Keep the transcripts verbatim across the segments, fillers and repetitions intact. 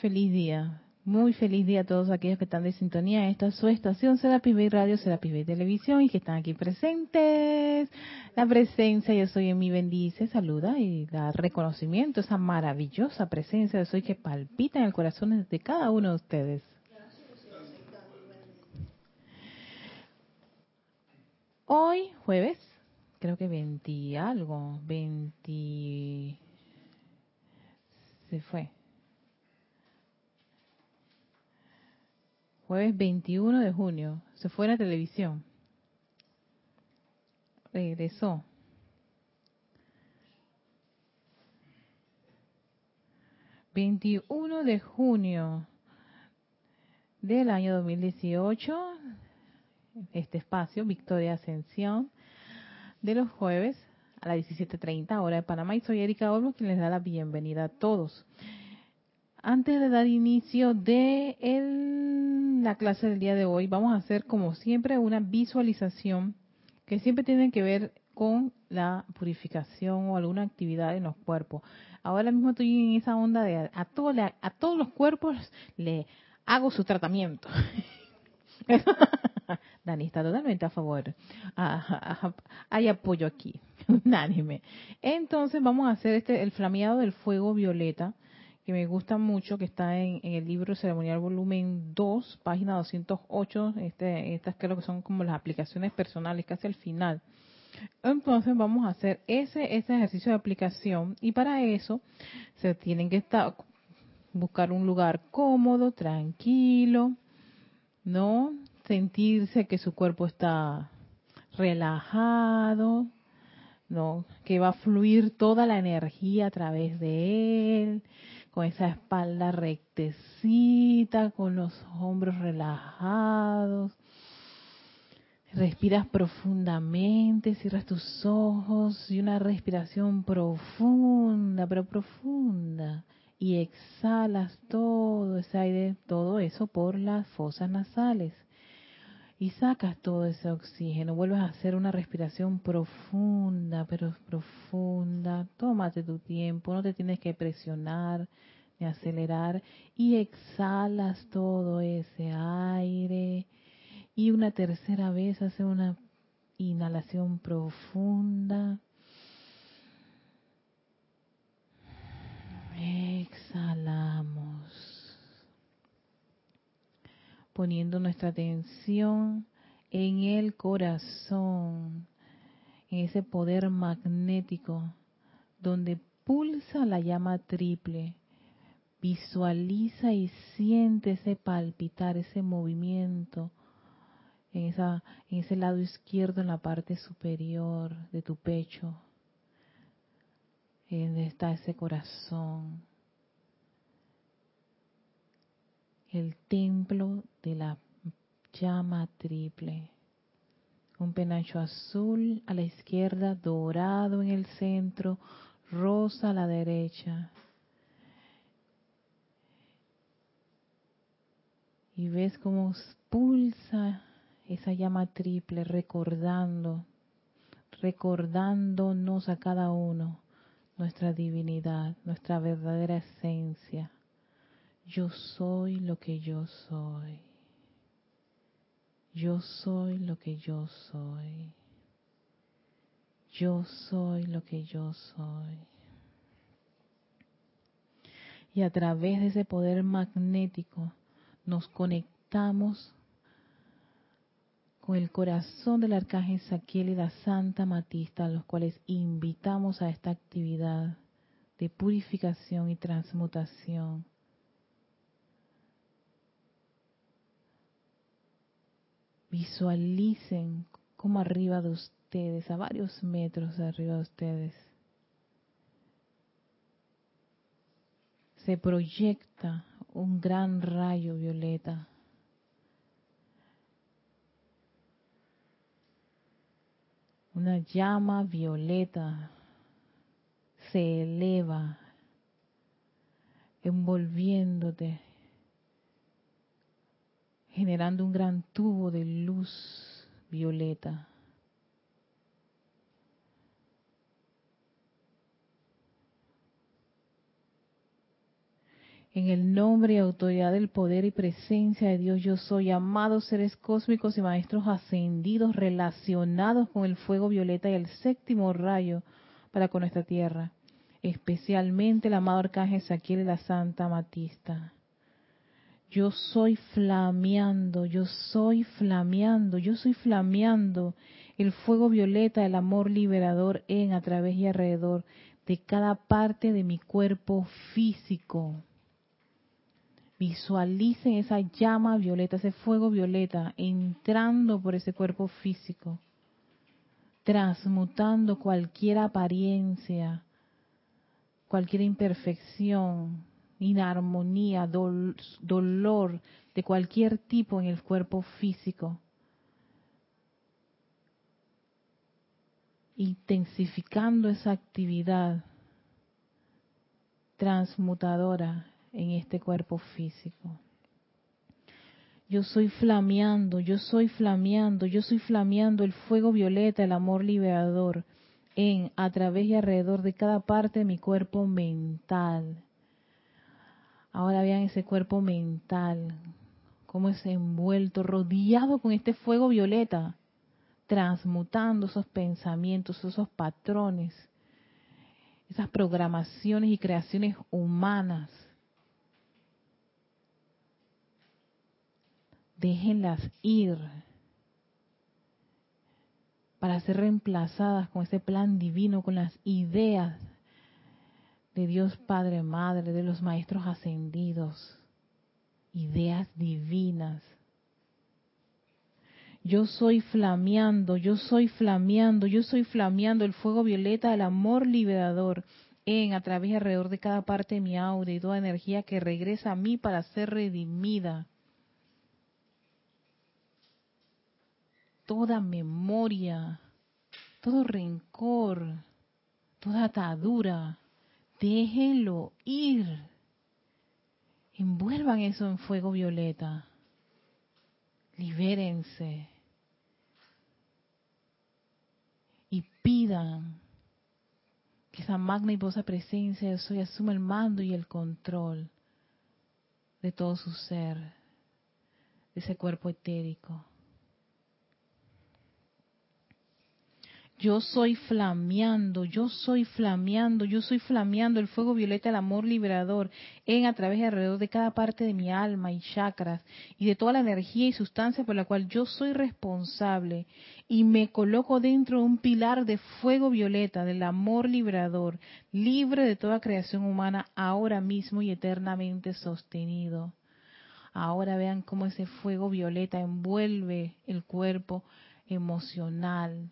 feliz día. Muy feliz día a todos aquellos que están de sintonía. Esta es su estación Serapis Bay Radio, Serapis Bay Televisión y que están aquí presentes. La presencia Yo Soy en mí bendice, saluda y da reconocimiento a esa maravillosa presencia de Soy que palpita en el corazón de cada uno de ustedes. Hoy, jueves, creo que veinte algo, veinte... Se fue. Jueves veintiuno de junio, se fue a la televisión. Regresó. veintiuno de junio del año dos mil dieciocho, este espacio, Victoria Ascensión, de los jueves a las diecisiete treinta, hora de Panamá. Y soy Erika Olmos, quien les da la bienvenida a todos. Antes de dar inicio de el, la clase del día de hoy, vamos a hacer como siempre una visualización que siempre tiene que ver con la purificación o alguna actividad en los cuerpos. Ahora mismo estoy en esa onda de a, a, todo, a todos los cuerpos le hago su tratamiento. Dani está totalmente a favor. Ah, hay apoyo aquí, unánime. Entonces vamos a hacer este el flameado del fuego violeta, que me gusta mucho, que está en, en el libro ceremonial volumen dos, página doscientos ocho. Este, estas creo que son como las aplicaciones personales, casi al final. Entonces vamos a hacer ese, ese ejercicio de aplicación, y para eso se tienen que estar, buscar un lugar cómodo, tranquilo, ¿no? Sentirse que su cuerpo está relajado, ¿no? Que va a fluir toda la energía a través de él, con esa espalda rectecita, con los hombros relajados. Respiras profundamente, cierras tus ojos y una respiración profunda, pero profunda. Y exhalas todo ese aire, todo eso por las fosas nasales. Y sacas todo ese oxígeno. Vuelves a hacer una respiración profunda, pero profunda. Tómate tu tiempo, no te tienes que presionar ni acelerar. Y exhalas todo ese aire. Y una tercera vez hace una inhalación profunda. Exhalamos, poniendo nuestra atención en el corazón, en ese poder magnético donde pulsa la llama triple. Visualiza y siente ese palpitar, ese movimiento en, esa, en ese lado izquierdo, en la parte superior de tu pecho, donde está ese corazón, el templo de la llama triple. Un penacho azul a la izquierda, dorado en el centro, rosa a la derecha. Y ves cómo pulsa esa llama triple, recordando, recordándonos a cada uno nuestra divinidad, nuestra verdadera esencia. Yo soy lo que yo soy. Yo soy lo que yo soy. Yo soy lo que yo soy. Y a través de ese poder magnético nos conectamos con el corazón del Arcángel Saquiel y la Santa Matista, a los cuales invitamos a esta actividad de purificación y transmutación. Visualicen como arriba de ustedes, a varios metros de arriba de ustedes, se proyecta un gran rayo violeta. Una llama violeta se eleva, envolviéndote, generando un gran tubo de luz violeta. En el nombre y autoridad del poder y presencia de Dios, yo soy, amados seres cósmicos y maestros ascendidos relacionados con el fuego violeta y el séptimo rayo para con nuestra tierra, especialmente el amado arcángel Saquiel y la Santa Amatista. Yo soy flameando, yo soy flameando, yo soy flameando el fuego violeta del amor liberador en, a través y alrededor de cada parte de mi cuerpo físico. Visualicen esa llama violeta, ese fuego violeta entrando por ese cuerpo físico, transmutando cualquier apariencia, cualquier imperfección, inarmonía, dol- dolor de cualquier tipo en el cuerpo físico, intensificando esa actividad transmutadora en este cuerpo físico. Yo soy flameando, yo soy flameando, yo soy flameando el fuego violeta, el amor liberador, en, a través y alrededor de cada parte de mi cuerpo mental. Ahora vean ese cuerpo mental, cómo es envuelto, rodeado con este fuego violeta, transmutando esos pensamientos, esos patrones, esas programaciones y creaciones humanas. Déjenlas ir para ser reemplazadas con ese plan divino, con las ideas de Dios Padre, Madre, de los maestros ascendidos, ideas divinas. Yo soy flameando, yo soy flameando, yo soy flameando el fuego violeta del amor liberador en, a través y alrededor de cada parte de mi aura y toda energía que regresa a mí para ser redimida. Toda memoria, todo rencor, toda atadura, déjenlo ir. Envuelvan eso en fuego violeta. Libérense. Y pidan que esa magna y poderosa presencia de Soy asuma el mando y el control de todo su ser, de ese cuerpo etérico. Yo soy flameando, yo soy flameando, yo soy flameando el fuego violeta del amor liberador en, a través y alrededor de cada parte de mi alma y chakras y de toda la energía y sustancia por la cual yo soy responsable, y me coloco dentro de un pilar de fuego violeta del amor liberador, libre de toda creación humana, ahora mismo y eternamente sostenido. Ahora vean cómo ese fuego violeta envuelve el cuerpo emocional,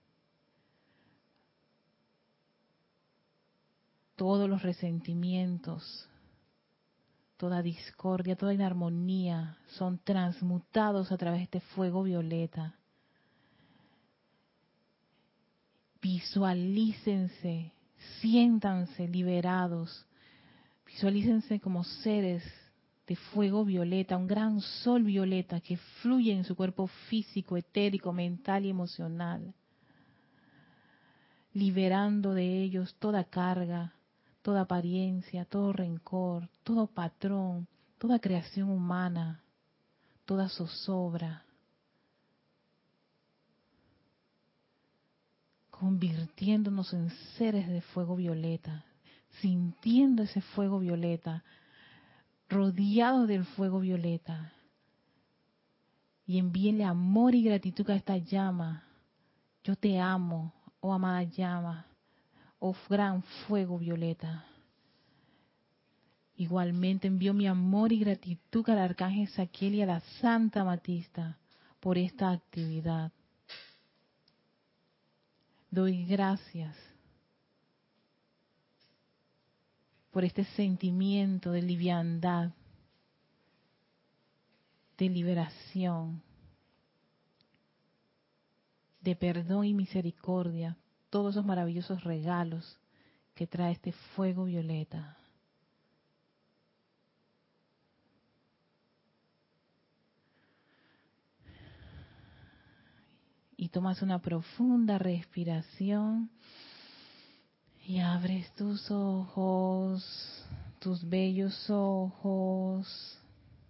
todos los resentimientos, toda discordia, toda inarmonía son transmutados a través de este fuego violeta. Visualícense, siéntanse liberados, visualícense como seres de fuego violeta, un gran sol violeta que fluye en su cuerpo físico, etérico, mental y emocional, liberando de ellos toda carga, toda apariencia, todo rencor, todo patrón, toda creación humana, toda zozobra, convirtiéndonos en seres de fuego violeta, sintiendo ese fuego violeta, rodeados del fuego violeta. Y envíenle amor y gratitud a esta llama. Yo te amo, oh amada llama, oh gran fuego violeta. Igualmente envío mi amor y gratitud al arcángel Saquiel y a la Santa Amatista por esta actividad. Doy gracias por este sentimiento de liviandad, de liberación, de perdón y misericordia, todos esos maravillosos regalos que trae este fuego violeta. Y tomas una profunda respiración y abres tus ojos tus bellos ojos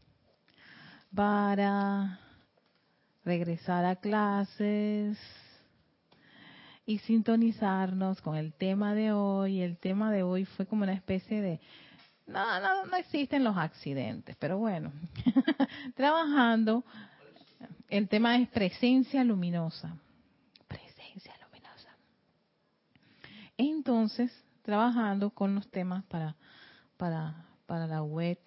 para regresar a clases y sintonizarnos con el tema de hoy. El tema de hoy fue como una especie de... No, no, no existen los accidentes, pero bueno, trabajando, el tema es presencia luminosa. Presencia luminosa. Entonces, trabajando con los temas para, para, para la web.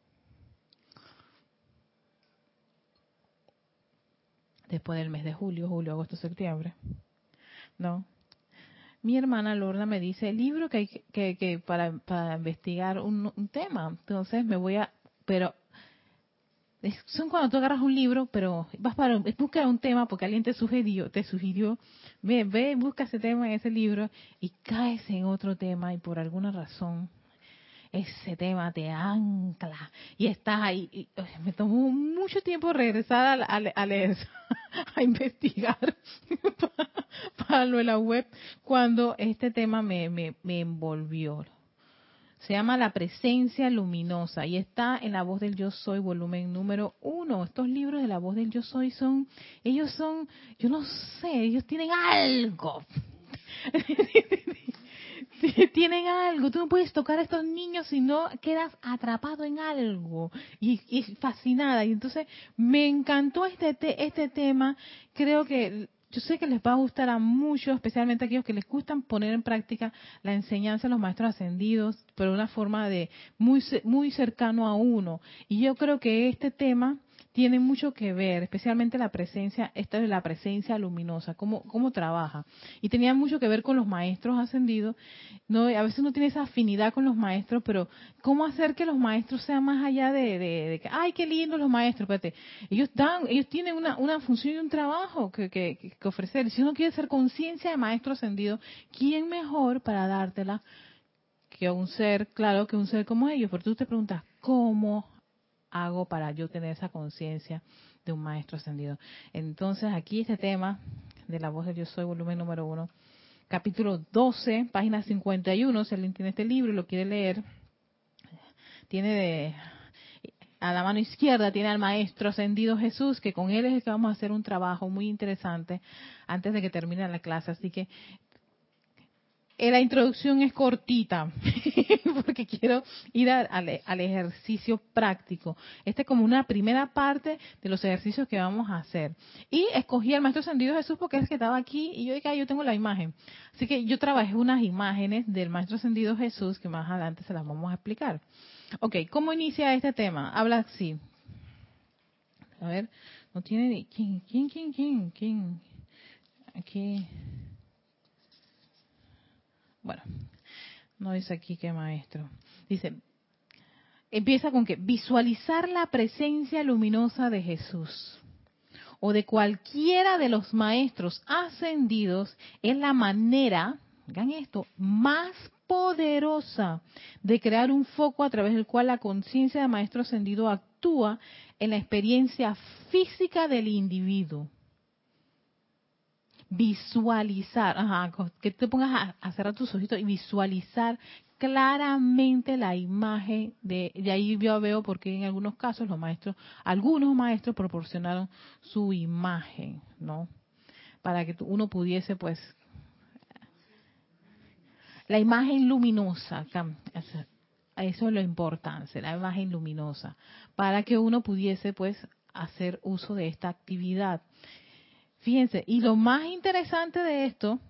Después del mes de julio, julio, agosto, septiembre. ¿No? Mi hermana Lorna me dice, libro que hay que, que, que para, para investigar un, un tema. Entonces me voy a, pero es, son cuando tú agarras un libro, pero vas para buscar un tema porque alguien te sugirió, te sugirió, ve, ve, busca ese tema en ese libro y caes en otro tema y por alguna razón ese tema te ancla y estás ahí. Y, y, me tomó mucho tiempo regresar a, a, a leer, a investigar para, para lo de la web cuando este tema me, me, me envolvió. Se llama La Presencia Luminosa y está en La Voz del Yo Soy, volumen número uno. Estos libros de La Voz del Yo Soy son, ellos son, yo no sé, ellos tienen algo. Tienen algo, tú no puedes tocar a estos niños si no quedas atrapado en algo y, y fascinada. Y entonces me encantó este te, este tema. Creo que yo sé que les va a gustar a muchos, especialmente a aquellos que les gustan poner en práctica la enseñanza de los maestros ascendidos, pero de una forma de muy muy cercano a uno. Y yo creo que este tema tiene mucho que ver, especialmente la presencia, esta de la presencia luminosa, cómo, cómo trabaja. Y tenía mucho que ver con los maestros ascendidos. No, a veces uno tiene esa afinidad con los maestros, pero ¿cómo hacer que los maestros sean más allá de, de, de que, ay, qué lindos los maestros? Espérate, ellos dan, ellos tienen una, una función y un trabajo que, que, que ofrecer. Si uno quiere ser conciencia de maestro ascendido, ¿quién mejor para dártela que un ser, claro, que un ser como ellos? Porque tú te preguntas, ¿cómo hago para yo tener esa conciencia de un maestro ascendido? Entonces aquí este tema de La Voz del Yo Soy, volumen número uno, capítulo doce, página cincuenta y uno, si alguien tiene este libro y lo quiere leer, tiene de, a la mano izquierda tiene al maestro ascendido Jesús, que con él es el que vamos a hacer un trabajo muy interesante antes de que termine la clase, así que Eh, la introducción es cortita, porque quiero ir a, al, al ejercicio práctico. Esta es como una primera parte de los ejercicios que vamos a hacer. Y escogí al Maestro Ascendido Jesús porque es el que estaba aquí y yo dije, ah, yo tengo la imagen. Así que yo trabajé unas imágenes del Maestro Ascendido Jesús que más adelante se las vamos a explicar. Ok, ¿cómo inicia este tema? Habla así. A ver, no tiene ni... ¿Quién, quién, quién, quién? quién? Aquí... Bueno, no dice aquí qué maestro. Dice, empieza con que visualizar la presencia luminosa de Jesús o de cualquiera de los maestros ascendidos es la manera, hagan esto, más poderosa de crear un foco a través del cual la conciencia del maestro ascendido actúa en la experiencia física del individuo. Visualizar, ajá, que te pongas a, a cerrar tus ojitos y visualizar claramente la imagen de, de ahí yo veo porque en algunos casos los maestros, algunos maestros proporcionaron su imagen, ¿no? Para que uno pudiese, pues, la imagen luminosa, eso es lo importante, la imagen luminosa, para que uno pudiese, pues, hacer uso de esta actividad. Fíjense, y lo más interesante de esto,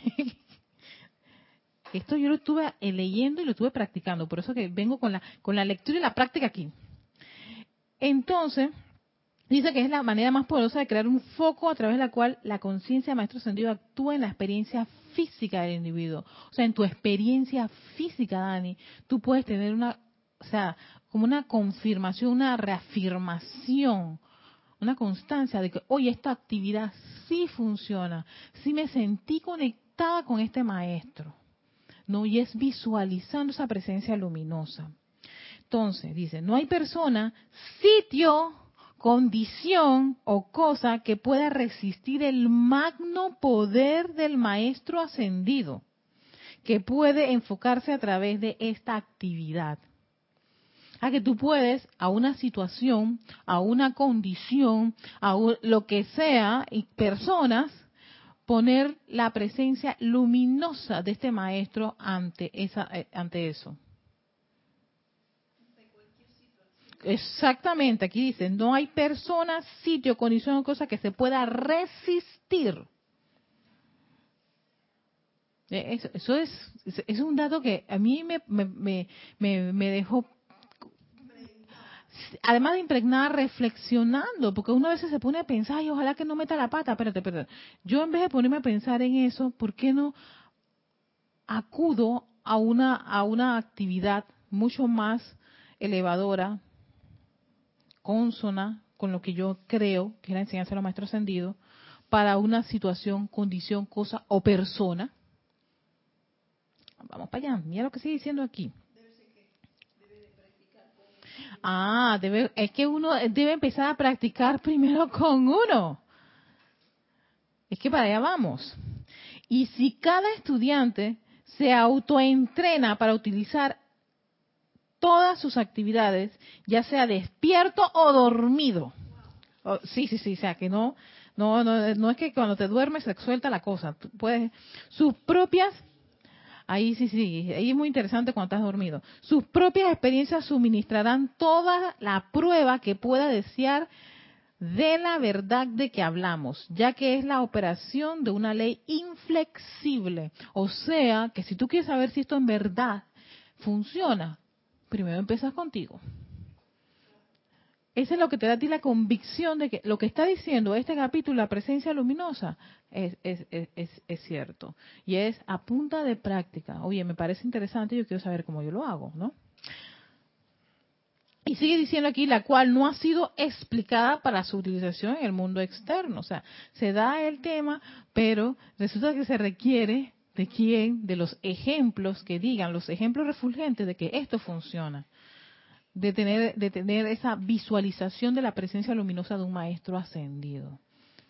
esto yo lo estuve leyendo y lo estuve practicando, por eso que vengo con la, con la lectura y la práctica aquí. Entonces, dice que es la manera más poderosa de crear un foco a través de la cual la conciencia de Maestro Ascendido actúa en la experiencia física del individuo. O sea, en tu experiencia física, Dani, tú puedes tener una, o sea, como una confirmación, una reafirmación, una constancia de que, oye, esta actividad sí funciona, sí me sentí conectada con este maestro, ¿no? Y es visualizando esa presencia luminosa. Entonces, dice, no hay persona, sitio, condición o cosa que pueda resistir el magno poder del maestro ascendido, que puede enfocarse a través de esta actividad. a que tú puedes a una situación, a una condición, a un- lo que sea, y personas, poner la presencia luminosa de este maestro ante esa, eh, ante eso. Exactamente, aquí dice, no hay persona, sitio, condición o cosa que se pueda resistir. Eh, Eso, eso es, es es un dato que a mí me, me, me, me, me dejó, además de impregnada, reflexionando, porque uno a veces se pone a pensar, ay, ojalá que no meta la pata, espérate, espérate. Yo en vez de ponerme a pensar en eso, ¿por qué no acudo a una, a una actividad mucho más elevadora, consona con lo que yo creo que es la enseñanza de los maestros ascendidos, para una situación, condición, cosa o persona? Vamos para allá, mira lo que sigue diciendo aquí. Ah, debe, es que uno debe empezar a practicar primero con uno. Es que para allá vamos. Y si cada estudiante se autoentrena para utilizar todas sus actividades, ya sea despierto o dormido. Oh, sí, sí, sí, o sea, que no, no, no, no es que cuando te duermes se suelta la cosa. Tú puedes, sus propias, ahí sí, sí, ahí es muy interesante cuando estás dormido. Sus propias experiencias suministrarán toda la prueba que pueda desear de la verdad de que hablamos, ya que es la operación de una ley inflexible. O sea, que si tú quieres saber si esto en verdad funciona, primero empiezas contigo. Eso es lo que te da a ti la convicción de que lo que está diciendo este capítulo, la presencia luminosa, es, es, es, es, es cierto. Y es a punta de práctica. Oye, me parece interesante, yo quiero saber cómo yo lo hago, ¿no? Y sigue diciendo aquí, la cual no ha sido explicada para su utilización en el mundo externo. O sea, se da el tema, pero resulta que se requiere de quién, de los ejemplos que digan, los ejemplos refulgentes de que esto funciona. De tener, de tener esa visualización de la presencia luminosa de un maestro ascendido.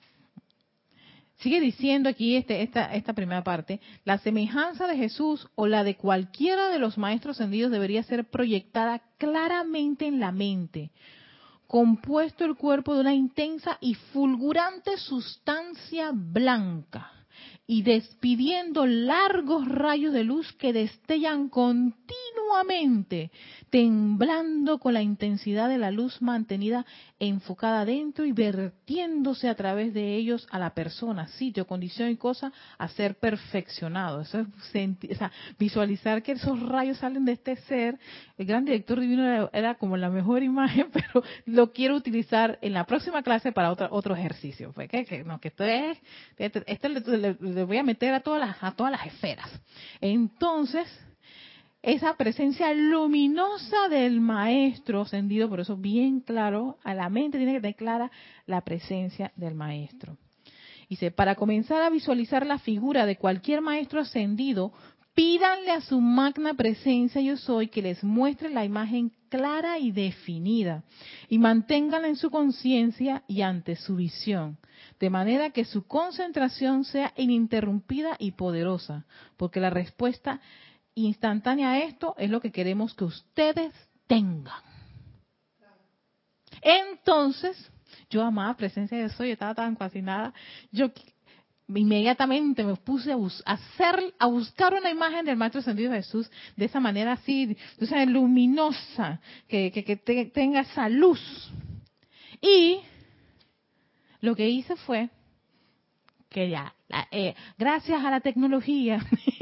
Sigue diciendo aquí este, esta, esta primera parte, la semejanza de Jesús o la de cualquiera de los maestros ascendidos debería ser proyectada claramente en la mente, compuesto el cuerpo de una intensa y fulgurante sustancia blanca y despidiendo largos rayos de luz que destellan continuamente, temblando con la intensidad de la luz mantenida enfocada adentro y vertiéndose a través de ellos a la persona, sitio, condición y cosa a ser perfeccionado. Eso es senti- o sea, visualizar que esos rayos salen de este ser. El gran director divino era, era como la mejor imagen, pero lo quiero utilizar en la próxima clase para otro, otro ejercicio. Pues que, que, no, que esto es, este, este le, le- le voy a meter a todas las, a todas las esferas. Entonces, esa presencia luminosa del maestro ascendido, por eso bien claro, a la mente tiene que tener clara la presencia del maestro. Dice, para comenzar a visualizar la figura de cualquier maestro ascendido, pídanle a su magna presencia yo soy que les muestre la imagen clara y definida y manténganla en su conciencia y ante su visión, de manera que su concentración sea ininterrumpida y poderosa, porque la respuesta instantánea a esto es lo que queremos que ustedes tengan. Entonces, yo amaba presencia de soy, estaba tan fascinada, yo inmediatamente me puse a, bus a hacer, a buscar una imagen del Maestro Ascendido Jesús de esa manera así, o sea, luminosa, que, que, que te, tenga esa luz. Y lo que hice fue que ya, la, eh, gracias a la tecnología,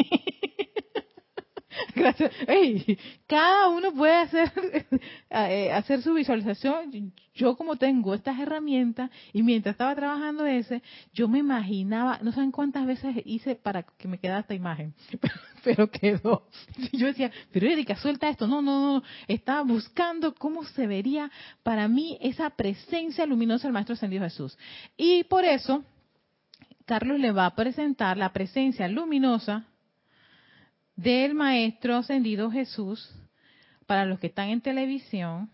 gracias, ey, cada uno puede hacer eh, hacer su visualización. Yo como tengo estas herramientas y mientras estaba trabajando ese, yo me imaginaba, no saben cuántas veces hice para que me quedara esta imagen, pero quedó. Yo decía, pero Erika, suelta esto. No, no, no, estaba buscando cómo se vería para mí esa presencia luminosa del Maestro Ascendido Jesús. Y por eso, Carlos le va a presentar la presencia luminosa del Maestro Ascendido Jesús para los que están en televisión,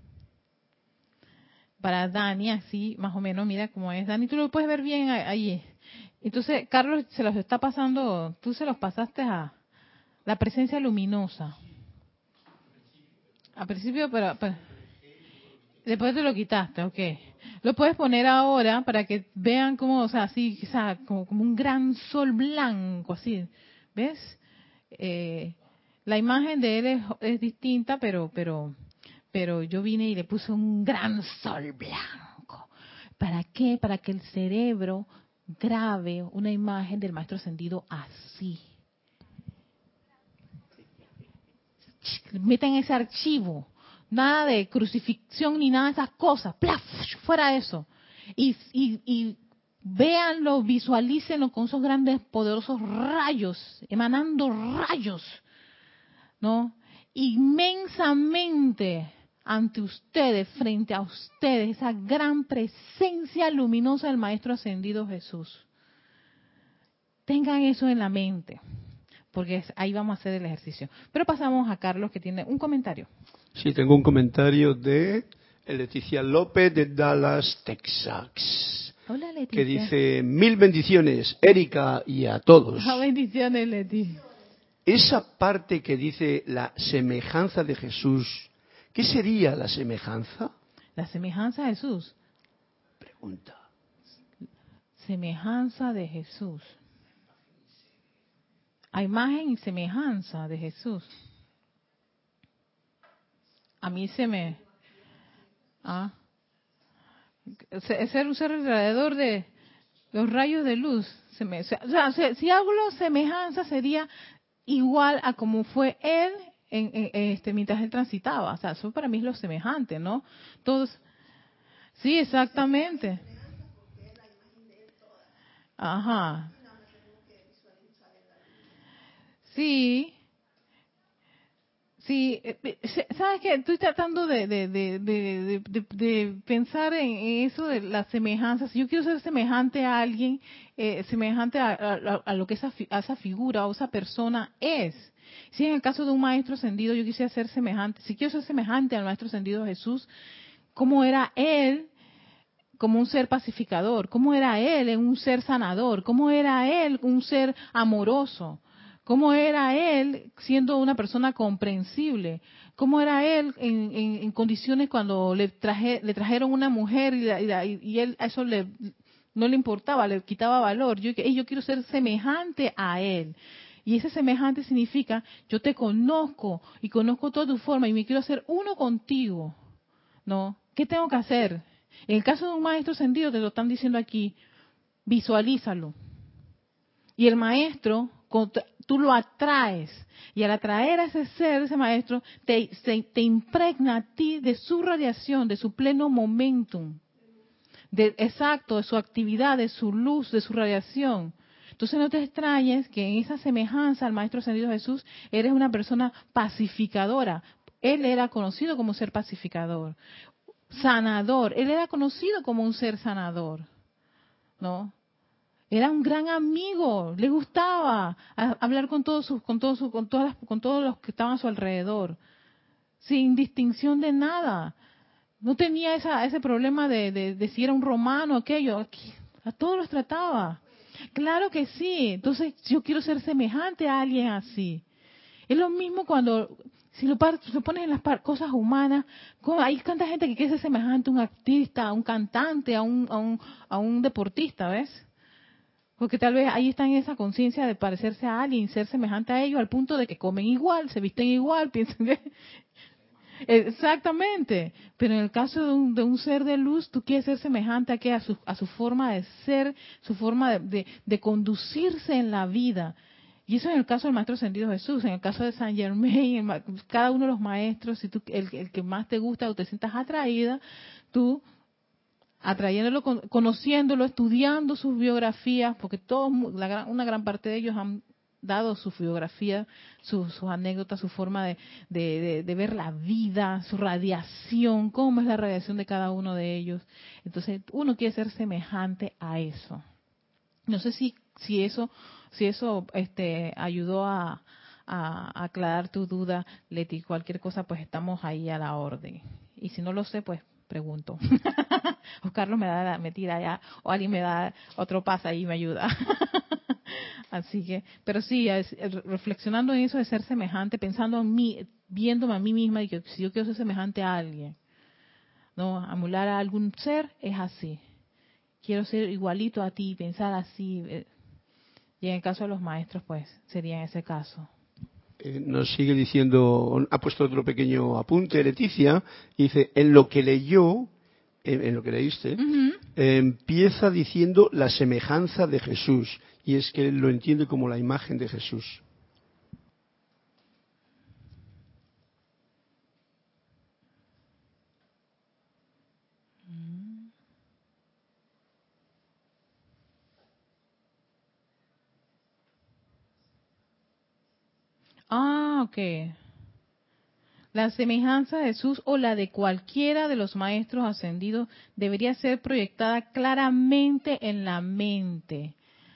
para Dani, así más o menos, mira cómo es. Dani, tú lo puedes ver bien ahí. Entonces, Carlos se los está pasando, tú se los pasaste a la presencia luminosa. Al principio, pero, pero después te lo quitaste, ok. Lo puedes poner ahora para que vean como, o sea, así, quizá, como, como un gran sol blanco, así, ¿ves? Eh, la imagen de él es, es distinta, pero, pero, pero yo vine y le puse un gran sol blanco. ¿Para qué? Para que el cerebro grabe una imagen del maestro ascendido así. Metan ese archivo. Nada de crucifixión ni nada de esas cosas. ¡Plaf! Fuera eso. Y, y, y véanlo, visualícenlo con esos grandes, poderosos rayos, emanando rayos, ¿no? Inmensamente ante ustedes, frente a ustedes, esa gran presencia luminosa del Maestro Ascendido Jesús. Tengan eso en la mente, porque ahí vamos a hacer el ejercicio. Pero pasamos a Carlos, que tiene un comentario. Sí, tengo un comentario de Leticia López de Dallas, Texas. Hola, Leticia. Que dice, mil bendiciones, Erika, y a todos. Ah, bendiciones, Leti. Esa parte que dice la semejanza de Jesús, ¿qué sería la semejanza? La semejanza de Jesús. Pregunta. Semejanza de Jesús. A imagen y semejanza de Jesús. A mí se me... Ah. Ser un ser alrededor de los rayos de luz. Se me, o sea, si hablo semejanza sería igual a como fue él en, en, este, mientras él transitaba. O sea, eso para mí es lo semejante, ¿no? Todos. Sí, exactamente. Ajá. Sí. Sí, sabes que estoy tratando de, de, de, de, de, de pensar en eso de las semejanzas. Si yo quiero ser semejante a alguien, eh, semejante a, a, a lo que esa, a esa figura o esa persona es. Si en el caso de un maestro ascendido yo quisiera ser semejante, si quiero ser semejante al maestro ascendido Jesús, ¿cómo era él como un ser pacificador? ¿Cómo era él en un ser sanador? ¿Cómo era él un ser amoroso? ¿Cómo era él siendo una persona comprensible? ¿Cómo era él en, en, en condiciones cuando le, traje, le trajeron una mujer y, la, y, la, y él a eso le, no le importaba, le quitaba valor? Yo, yo quiero ser semejante a él. Y ese semejante significa, yo te conozco y conozco toda tu forma y me quiero hacer uno contigo. ¿No? ¿Qué tengo que hacer? En el caso de un maestro ascendido, te lo están diciendo aquí, visualízalo. Y el maestro, tú lo atraes. Y al atraer a ese ser, ese maestro, te, se, te impregna a ti de su radiación, de su pleno momentum. De, exacto, de su actividad, de su luz, de su radiación. Entonces no te extrañes que en esa semejanza al Maestro Ascendido Jesús, eres una persona pacificadora. Él era conocido como ser pacificador. Sanador. Él era conocido como un ser sanador. ¿No? Era un gran amigo, le gustaba hablar con todos sus, con todos sus, con todas las, con todos los que estaban a su alrededor, sin distinción de nada. No tenía esa, ese problema de, de, de si era un romano o aquello. A todos los trataba. Claro que sí. Entonces yo quiero ser semejante a alguien así. Es lo mismo cuando, si lo, si lo pones en las cosas humanas, hay tanta gente que quiere ser semejante a un artista, a un cantante, a un, a un, a un deportista, ¿ves? Porque tal vez ahí están en esa conciencia de parecerse a alguien, ser semejante a ellos, al punto de que comen igual, se visten igual, piensan que... Exactamente. Pero en el caso de un, de un ser de luz, tú quieres ser semejante a, ¿qué? a, su, a su forma de ser, su forma de, de, de conducirse en la vida. Y eso en el caso del Maestro Ascendido Jesús, en el caso de Saint Germain, cada uno de los maestros, si tú, el, el que más te gusta o te sientas atraída, tú atrayéndolo, conociéndolo, estudiando sus biografías, porque todos, la gran, una gran parte de ellos han dado su biografía, sus, sus anécdotas, su forma de, de, de, de ver la vida, su radiación, cómo es la radiación de cada uno de ellos. Entonces, uno quiere ser semejante a eso. No sé si, si eso, si eso este, ayudó a, a, a aclarar tu duda, Leti. Cualquier cosa, pues estamos ahí a la orden. Y si no lo sé, pues pregunto. O Carlos me da, me tira allá, o alguien me da otro pase ahí y me ayuda. Así que, pero sí, es- reflexionando en eso de ser semejante, pensando en mí, viéndome a mí misma y que si yo quiero ser semejante a alguien, no, emular a algún ser es así. Quiero ser igualito a ti, pensar así. eh, Y en el caso de los maestros, pues sería en ese caso. Eh, nos sigue diciendo, ha puesto otro pequeño apunte, Leticia, y dice, en lo que leyó, en, en lo que leíste, Ujú. eh, empieza diciendo la semejanza de Jesús, y es que él lo entiende como la imagen de Jesús. Ah, ok. La semejanza de Jesús o la de cualquiera de los maestros ascendidos debería ser proyectada claramente en la mente.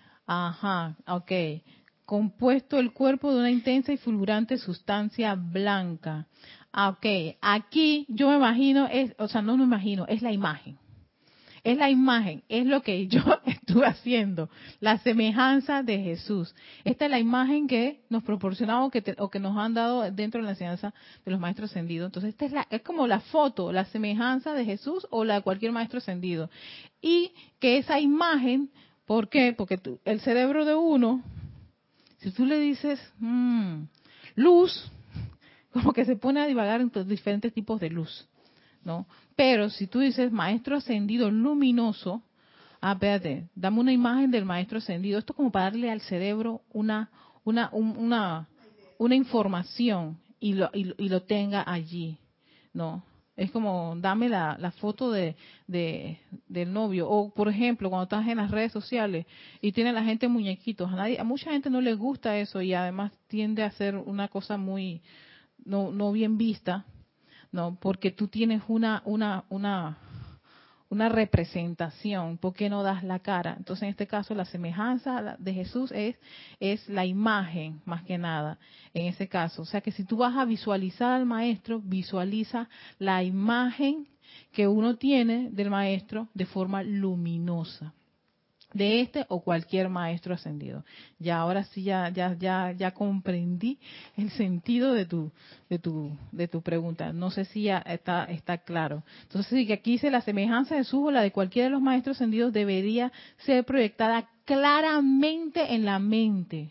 Ajá, ok. Compuesto el cuerpo de una intensa y fulgurante sustancia blanca. Ah, ok. Aquí yo me imagino, es, o sea, no me imagino, es la imagen. Es la imagen, es lo que yo estuve haciendo, la semejanza de Jesús. Esta es la imagen que nos proporcionamos que te- o que nos han dado dentro de la enseñanza de los maestros ascendidos. Entonces, esta es, la, es como la foto, la semejanza de Jesús o la de cualquier maestro ascendido. Y que esa imagen, ¿por qué? Porque tú- el cerebro de uno, si tú le dices mm, luz, como que se pone a divagar entre diferentes tipos de luz, ¿no? Pero si tú dices maestro ascendido luminoso, ah, espérate, dame una imagen del maestro ascendido. Esto es como para darle al cerebro una una un- una una información y lo y, lo y lo tenga allí, ¿no? Es como dame la, la foto de, de del novio o por ejemplo cuando estás en las redes sociales y tiene la gente muñequitos, a nadie, a mucha gente no le gusta eso y además tiende a ser una cosa muy no no bien vista, no, porque tú tienes una, una, una, una representación, ¿por qué no das la cara? Entonces, en este caso, la semejanza de Jesús es, es la imagen, más que nada, en ese caso. O sea, que si tú vas a visualizar al maestro, visualiza la imagen que uno tiene del maestro de forma luminosa, de este o cualquier maestro ascendido. Ya ahora sí ya ya ya ya comprendí el sentido de tu de tu de tu pregunta. No sé si ya está está claro. Entonces sí que aquí dice la semejanza de Jesús o la de cualquiera de los maestros ascendidos debería ser proyectada claramente en la mente.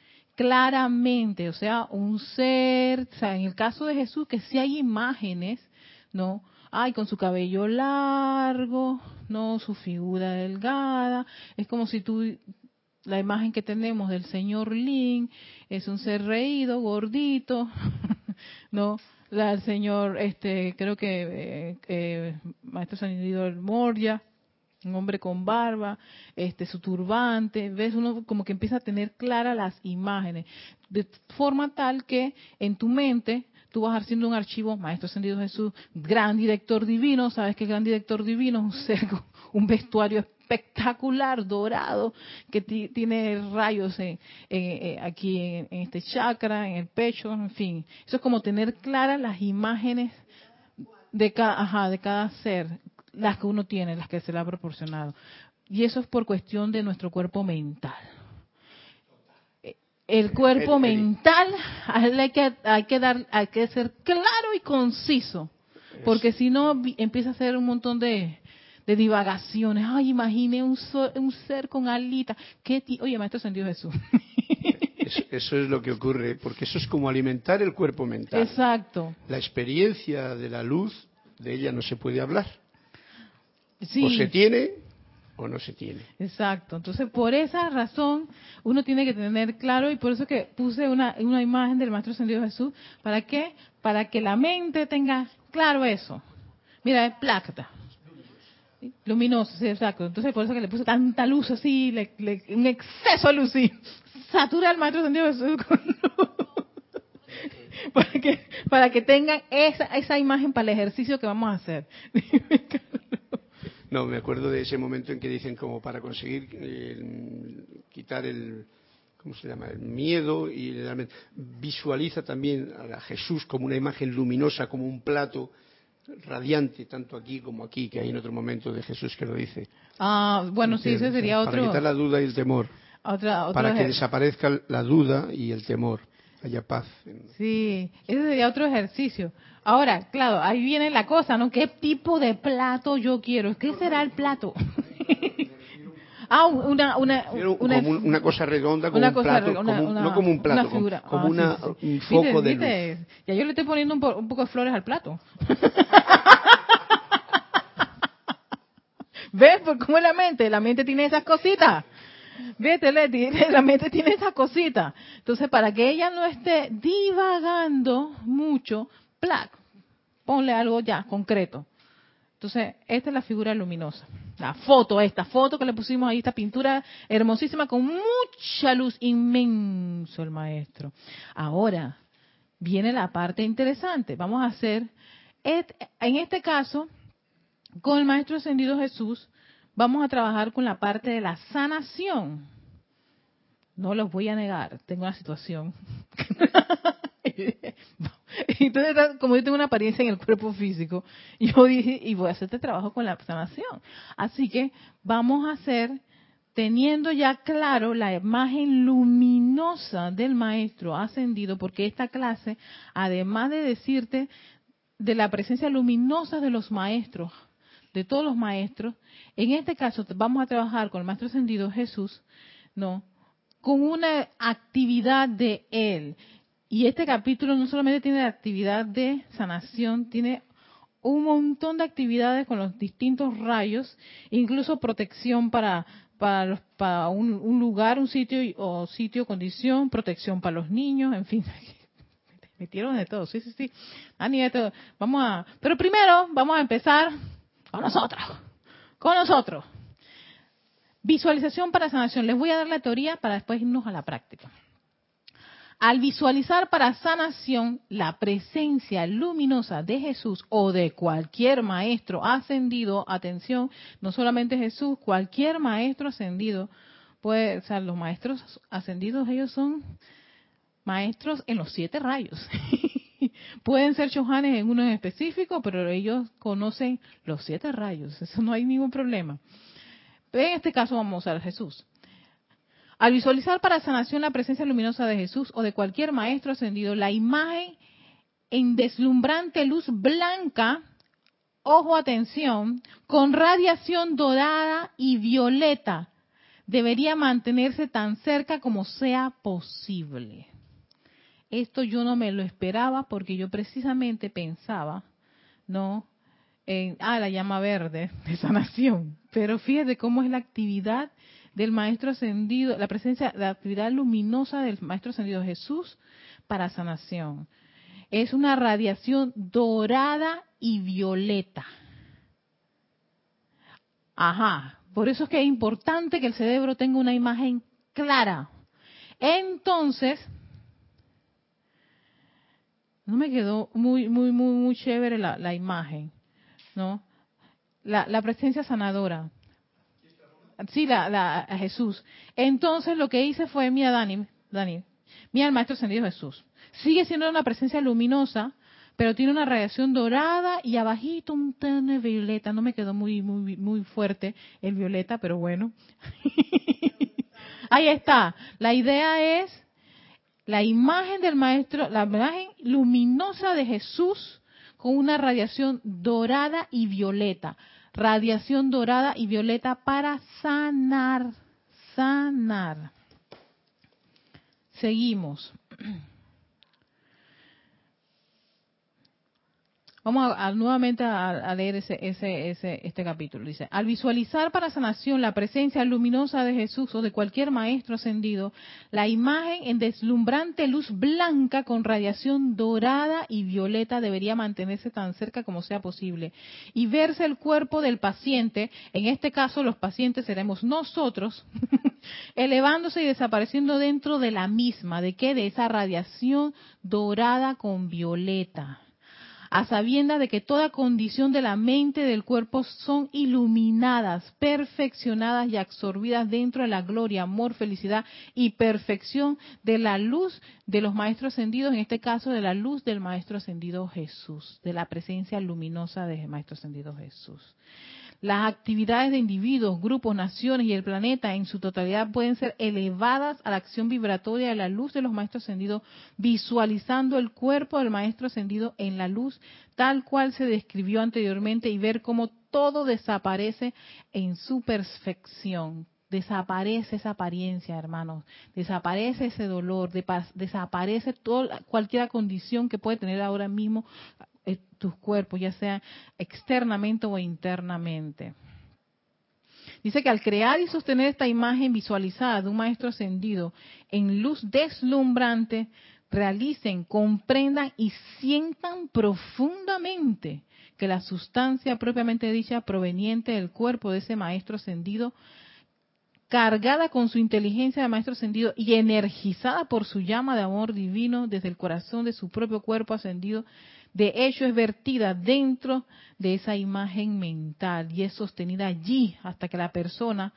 Claramente, o sea, un ser, o sea, en el caso de Jesús que sí hay imágenes, ¿no? Ay, con su cabello largo, no, su figura delgada. Es como si tú, la imagen que tenemos del señor Lin es un ser reído, gordito, ¿no? La del señor, este, creo que, eh, eh, Maestro San Isidro del Moria, un hombre con barba, este, su turbante, ves, uno como que empieza a tener claras las imágenes, de forma tal que en tu mente tú vas haciendo un archivo, Maestro Ascendido Jesús, gran director divino, sabes que el gran director divino es un ser con un vestuario espectacular, dorado, que ti- tiene rayos en- en- en- aquí en, en este chakra, en el pecho, en fin. Eso es como tener claras las imágenes de cada, ajá, de cada ser, las que uno tiene, las que se le ha proporcionado. Y eso es por cuestión de nuestro cuerpo mental. El cuerpo Eri, Eri, mental, a él hay que, hay que dar, hay que ser claro y conciso, es- porque si no vi- empieza a hacer un montón de, de divagaciones. Ay, imagine un, so- un ser con alitas. ¿Qué ti- Oye, maestro Ascendido Jesús. es- eso es lo que ocurre, porque eso es como alimentar el cuerpo mental. Exacto. La experiencia de la luz, de ella no se puede hablar. O se Sí. tiene o no se tiene. Exacto. Entonces, por esa razón, uno tiene que tener claro, y por eso que puse una, una imagen del Maestro Ascendido Jesús. ¿Para qué? Para que la mente tenga claro eso. Mira, es plata. Luminoso, sí, exacto. Entonces, por eso que le puse tanta luz así, le- le- un exceso de luz, sí. Satura al Maestro Ascendido Jesús con luz. Para que, para que tengan esa, esa imagen para el ejercicio que vamos a hacer. No, me acuerdo de ese momento en que dicen como para conseguir eh, quitar el, ¿cómo se llama? El miedo y realmente visualiza también a Jesús como una imagen luminosa, como un plato radiante, tanto aquí como aquí, que hay en otro momento de Jesús que lo dice. Ah, bueno, sí, ese ¿Entiendes? sería Para quitar otro. la duda y el temor. Otra, otro para que ejer- desaparezca la duda y el temor, haya paz. Sí, ese sería otro ejercicio. Ahora, claro, ahí viene la cosa, ¿no? ¿Qué tipo de plato yo quiero? ¿Qué será el plato? ah, una, una, Quiero una, como un- una cosa redonda, como una un cosa, plato, una, como un- no una, como un una plato, como, figura. como Ah, sí, una, sí, sí. un ¿Viste? foco de luz. ¿Viste? Ya yo le estoy poniendo un, po- un poco de flores al plato. ¿Ves por cómo es la mente? La mente tiene esas cositas. Vete, Leti, la mente tiene esas cositas. Entonces, para que ella no esté divagando mucho, plac, ponle algo ya concreto. Entonces, esta es la figura luminosa. La foto, esta foto que le pusimos ahí, esta pintura hermosísima con mucha luz, inmenso el maestro. Ahora, viene la parte interesante. Vamos a hacer, et- en este caso, con el Maestro Ascendido Jesús, vamos a trabajar con la parte de la sanación. No los voy a negar, tengo una situación. Entonces, como yo tengo una apariencia en el cuerpo físico, yo dije, y voy a hacer este trabajo con la sanación. Así que vamos a hacer, teniendo ya claro la imagen luminosa del Maestro Ascendido, porque esta clase, además de decirte de la presencia luminosa de los maestros, de todos los maestros, en este caso vamos a trabajar con el Maestro Ascendido Jesús, ¿no? Con una actividad de él. Y este capítulo no solamente tiene la actividad de sanación, tiene un montón de actividades con los distintos rayos, incluso protección para para, los, para un, un lugar, un sitio o sitio, condición, protección para los niños, en fin. Metieron de todo, sí, sí, sí. Ani, de todo. Vamos a, pero primero vamos a empezar con nosotros, con nosotros. Visualización para sanación. Les voy a dar la teoría para después irnos a la práctica. Al visualizar para sanación la presencia luminosa de Jesús o de cualquier maestro ascendido, atención, no solamente Jesús, cualquier maestro ascendido, puede, o sea, los maestros ascendidos, ellos son maestros en los siete rayos. Pueden ser chohanes en uno en específico, pero ellos conocen los siete rayos, eso no hay ningún problema. En este caso vamos a usar a Jesús. Al visualizar para sanación la presencia luminosa de Jesús o de cualquier maestro ascendido, la imagen en deslumbrante luz blanca, ojo, atención, con radiación dorada y violeta, debería mantenerse tan cerca como sea posible. Esto yo no me lo esperaba porque yo precisamente pensaba, ¿no? En, ah, la llama verde de sanación. Pero fíjate cómo es la actividad del Maestro Ascendido, la presencia, la actividad luminosa del Maestro Ascendido Jesús para sanación. Es una radiación dorada y violeta. Ajá, por eso es que es importante que el cerebro tenga una imagen clara. Entonces, no me quedó muy, muy, muy, muy chévere la, la imagen, ¿no? La, la presencia sanadora. Sí, la, la, a Jesús. Entonces lo que hice fue, mira Dani, Dani, mira el Maestro Ascendido Jesús. Sigue siendo una presencia luminosa, pero tiene una radiación dorada y abajito un tenue violeta. No me quedó muy, muy, muy fuerte el violeta, pero bueno. Ahí está. La idea es la imagen del Maestro, la imagen luminosa de Jesús con una radiación dorada y violeta. Radiación dorada y violeta para sanar, sanar. Seguimos. Vamos a, a, nuevamente a, a leer ese, ese, ese, este capítulo. Dice, al visualizar para sanación la presencia luminosa de Jesús o de cualquier maestro ascendido, la imagen en deslumbrante luz blanca con radiación dorada y violeta debería mantenerse tan cerca como sea posible. Y verse el cuerpo del paciente, en este caso los pacientes seremos nosotros, elevándose y desapareciendo dentro de la misma. ¿De qué? De esa radiación dorada con violeta. A sabiendas de que toda condición de la mente y del cuerpo son iluminadas, perfeccionadas y absorbidas dentro de la gloria, amor, felicidad y perfección de la luz de los maestros ascendidos, en este caso de la luz del maestro ascendido Jesús, de la presencia luminosa del maestro ascendido Jesús. Las actividades de individuos, grupos, naciones y el planeta en su totalidad pueden ser elevadas a la acción vibratoria de la luz de los maestros ascendidos, visualizando el cuerpo del maestro ascendido en la luz, tal cual se describió anteriormente, y ver cómo todo desaparece en su perfección. Desaparece esa apariencia, hermanos. Desaparece ese dolor, desaparece toda, cualquier condición que puede tener ahora mismo tus cuerpos, ya sea externamente o internamente. Dice que al crear y sostener esta imagen visualizada de un maestro ascendido en luz deslumbrante, realicen, comprendan y sientan profundamente que la sustancia propiamente dicha proveniente del cuerpo de ese maestro ascendido, cargada con su inteligencia de maestro ascendido y energizada por su llama de amor divino desde el corazón de su propio cuerpo ascendido, de hecho es vertida dentro de esa imagen mental y es sostenida allí hasta que la persona,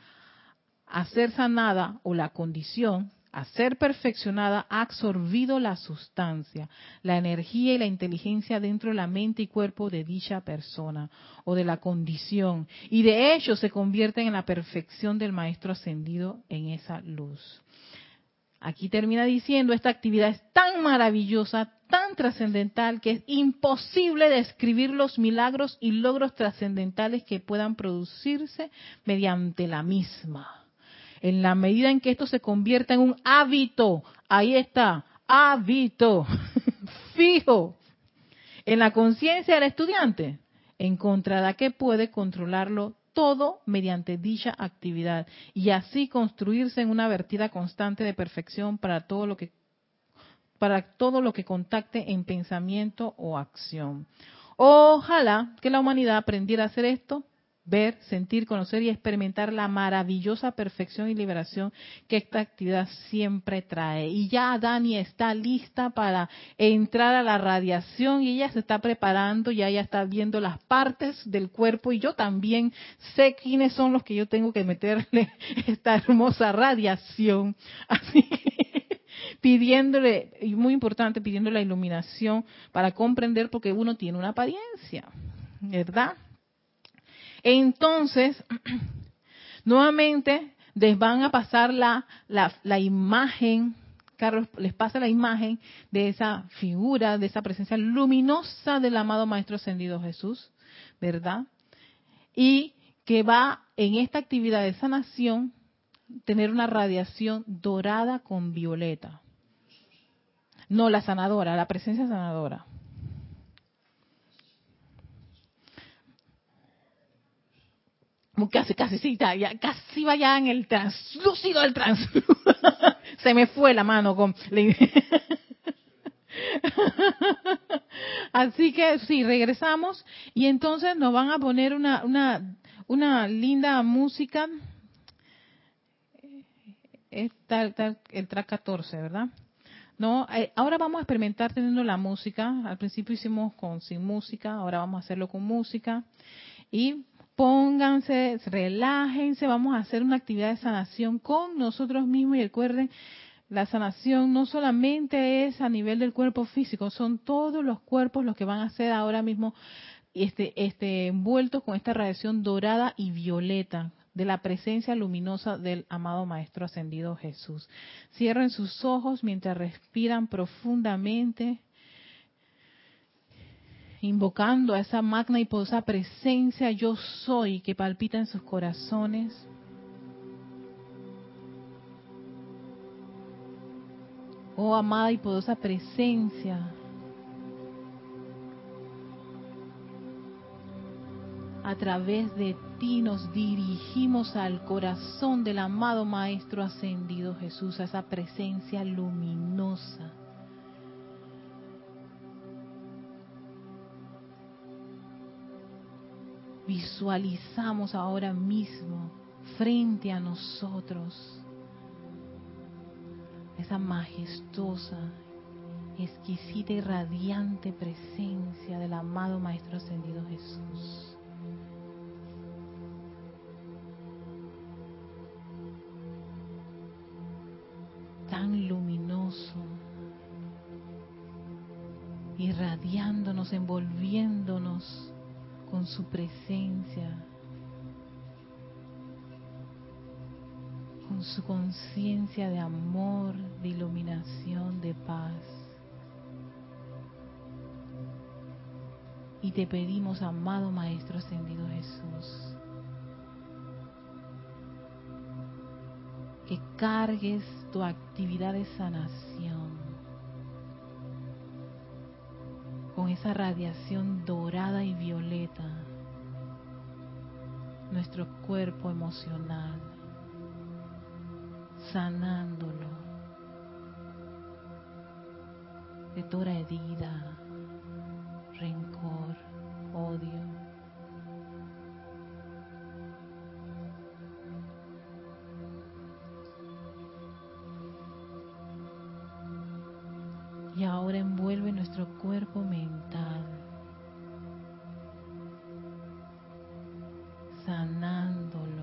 a ser sanada, o la condición, a ser perfeccionada, ha absorbido la sustancia, la energía y la inteligencia dentro de la mente y cuerpo de dicha persona o de la condición, y de hecho se convierten en la perfección del maestro ascendido en esa luz. Aquí termina diciendo, esta actividad es tan maravillosa, tan trascendental, que es imposible describir los milagros y logros trascendentales que puedan producirse mediante la misma. En la medida en que esto se convierta en un hábito, ahí está, hábito, fijo, en la conciencia del estudiante, encontrará que puede controlarlo todo mediante dicha actividad y así construirse en una vertida constante de perfección para todo lo que para todo lo que contacte en pensamiento o acción. Ojalá que la humanidad aprendiera a hacer esto, ver, sentir, conocer y experimentar la maravillosa perfección y liberación que esta actividad siempre trae. Y ya Dani está lista para entrar a la radiación y ella se está preparando, ya ella está viendo las partes del cuerpo y yo también sé quiénes son los que yo tengo que meterle esta hermosa radiación. Así que pidiéndole, y muy importante, pidiéndole la iluminación para comprender, porque uno tiene una apariencia, ¿verdad? Entonces, nuevamente les van a pasar la, la, la imagen, Carlos les pasa la imagen de esa figura, de esa presencia luminosa del amado Maestro Ascendido Jesús, ¿verdad? Y que va en esta actividad de sanación tener una radiación dorada con violeta. No, la sanadora, la presencia sanadora. Casi, casi, sí, ya, casi va ya en el translúcido del translúcido. Se me fue la mano con... Así que sí, regresamos y entonces nos van a poner una, una, una linda música. Está el track catorce, ¿verdad? No, eh, ahora vamos a experimentar teniendo la música. Al principio hicimos con sin música, ahora vamos a hacerlo con música. Y pónganse, relájense, vamos a hacer una actividad de sanación con nosotros mismos y recuerden, la sanación no solamente es a nivel del cuerpo físico, son todos los cuerpos los que van a ser ahora mismo este, este, envueltos con esta radiación dorada y violeta de la presencia luminosa del amado Maestro Ascendido Jesús. Cierren sus ojos mientras respiran profundamente, invocando a esa magna y poderosa presencia yo soy que palpita en sus corazones. Oh amada y poderosa presencia, a través de ti nos dirigimos al corazón del amado Maestro Ascendido Jesús, a esa presencia luminosa. Visualizamos ahora mismo frente a nosotros esa majestuosa, exquisita y radiante presencia del amado Maestro Ascendido Jesús. Tan luminoso, irradiándonos, envolviéndonos con su presencia, con su conciencia de amor, de iluminación, de paz. Y te pedimos, amado Maestro Ascendido Jesús, que cargues tu actividad de sanación con esa radiación dorada y violeta, nuestro cuerpo emocional, sanándolo de toda herida, rencor, odio. Y ahora envuelve nuestro cuerpo mental, sanándolo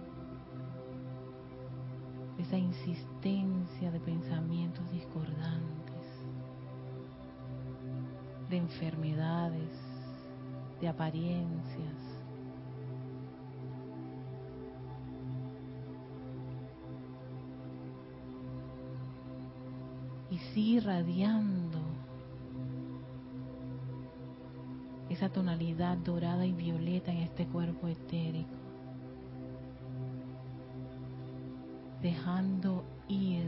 de esa insistencia de pensamientos discordantes, de enfermedades, de apariencias. Y sigue irradiando esa tonalidad dorada y violeta en este cuerpo etérico, dejando ir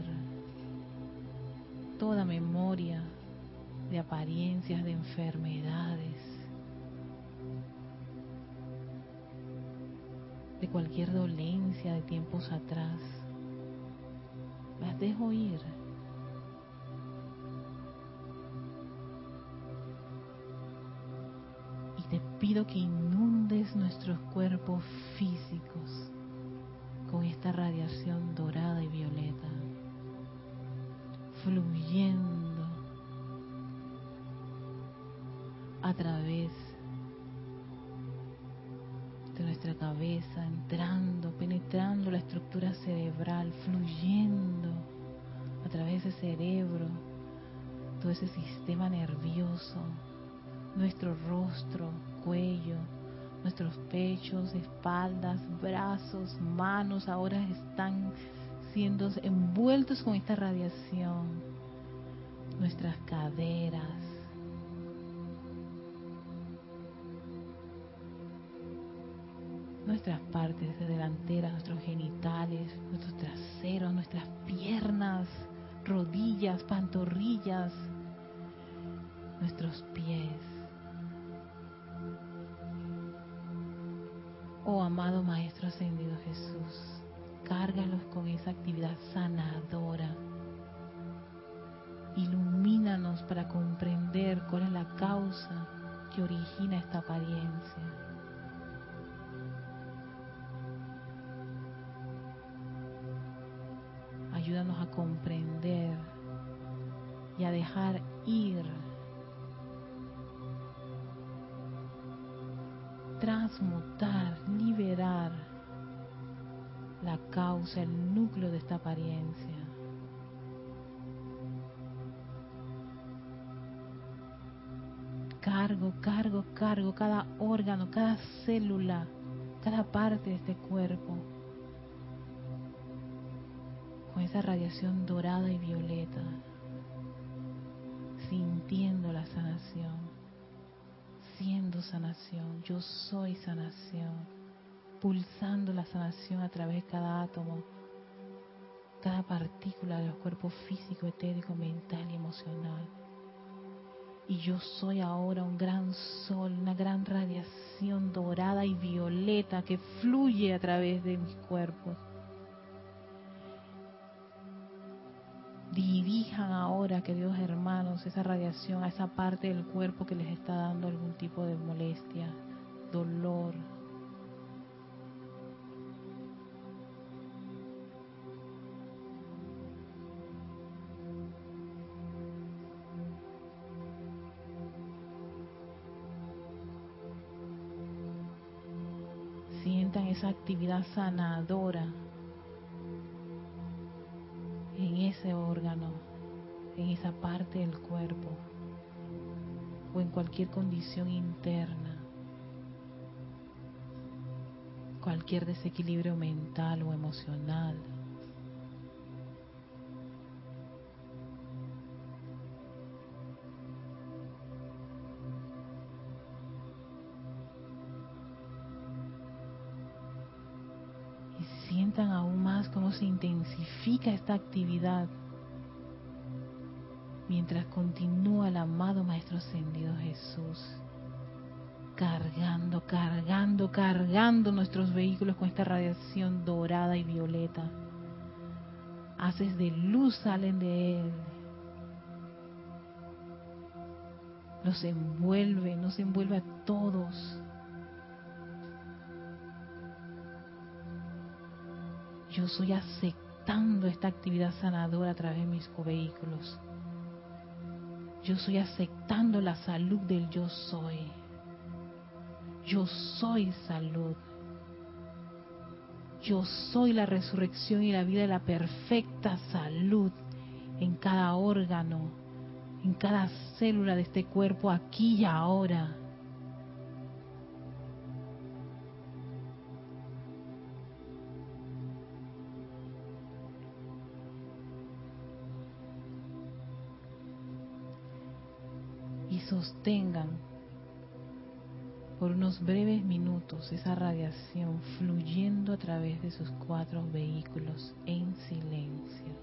toda memoria de apariencias de enfermedades, de cualquier dolencia de tiempos atrás. Las dejo ir. Y te pido que inundes nuestros cuerpos físicos con esta radiación dorada y violeta, fluyendo a través de nuestra cabeza, entrando, penetrando la estructura cerebral, fluyendo a través del cerebro, todo ese sistema nervioso, nuestro rostro, cuello, nuestros pechos, espaldas, brazos, manos, ahora están siendo envueltos con esta radiación, nuestras caderas, nuestras partes delanteras, nuestros genitales, nuestros traseros, nuestras piernas, rodillas, pantorrillas, nuestros pies. Oh amado Maestro Ascendido Jesús, cárgalos con esa actividad sanadora. Ilumínanos para comprender cuál es la causa que origina esta apariencia. Ayúdanos a comprender y a dejar ir, transmutar, liberar la causa, el núcleo de esta apariencia. Cargo, cargo, cargo cada órgano, cada célula, cada parte de este cuerpo con esa radiación dorada y violeta, sintiendo la sanación, siendo sanación. Yo soy sanación, pulsando la sanación a través de cada átomo, cada partícula de los cuerpos físico, etérico, mental y emocional. Y yo soy ahora un gran sol, una gran radiación dorada y violeta que fluye a través de mis cuerpos. Dirijan ahora, queridos hermanos, esa radiación a esa parte del cuerpo que les está dando algún tipo de molestia, dolor. Sientan esa actividad sanadora en ese órgano, en esa parte del cuerpo o en cualquier condición interna, cualquier desequilibrio mental o emocional. sientan aún más cómo se intensifica esta actividad mientras continúa el amado Maestro Ascendido Jesús cargando, cargando, cargando nuestros vehículos con esta radiación dorada y violeta. Haces de luz salen de él. Los envuelve, nos envuelve a todos. Yo soy aceptando esta actividad sanadora a través de mis vehículos. Yo soy aceptando la salud del yo soy. Yo soy salud. Yo soy la resurrección y la vida de la perfecta salud en cada órgano, en cada célula de este cuerpo, aquí y ahora. Y sostengan por unos breves minutos esa radiación fluyendo a través de sus cuatro vehículos en silencio.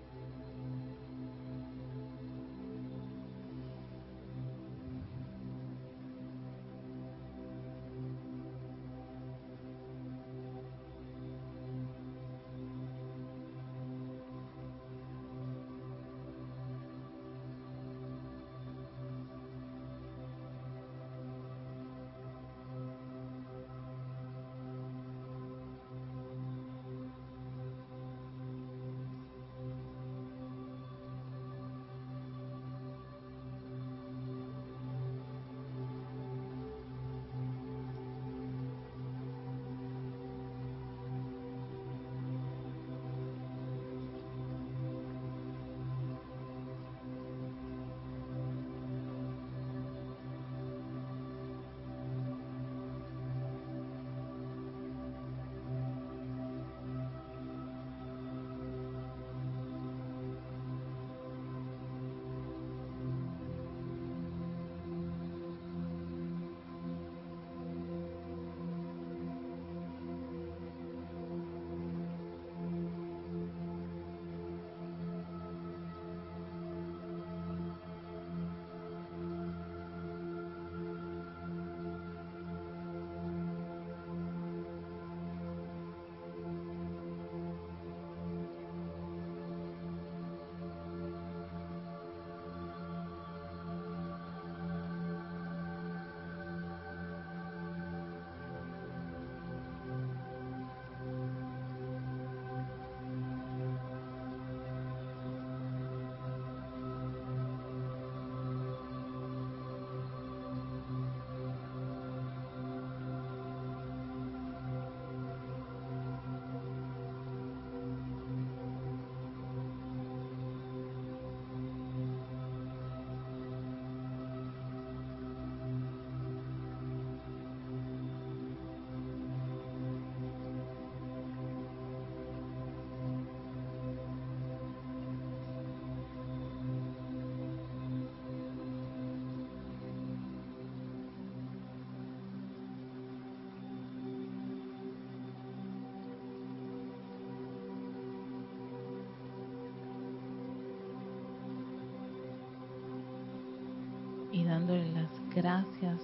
Y dándole las gracias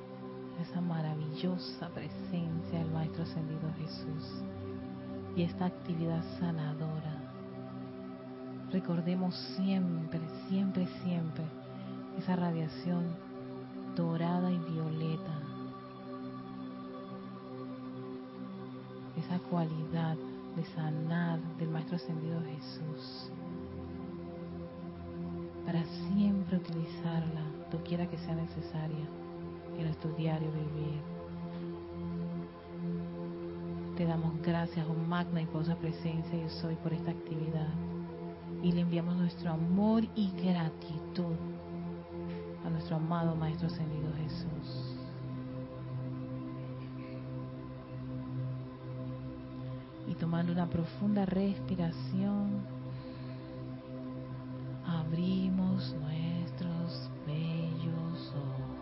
a esa maravillosa presencia del Maestro Ascendido Jesús y esta actividad sanadora. Recordemos siempre, siempre, siempre esa radiación dorada y violeta, esa cualidad de sanar del Maestro Ascendido Jesús, para siempre utilizarla doquiera que sea necesaria en nuestro diario vivir. Te damos gracias, oh magna y poderosa presencia yo soy, por esta actividad, y le enviamos nuestro amor y gratitud a nuestro amado Maestro Ascendido Jesús. Y tomando una profunda respiración, abrimos nuestros bellos ojos.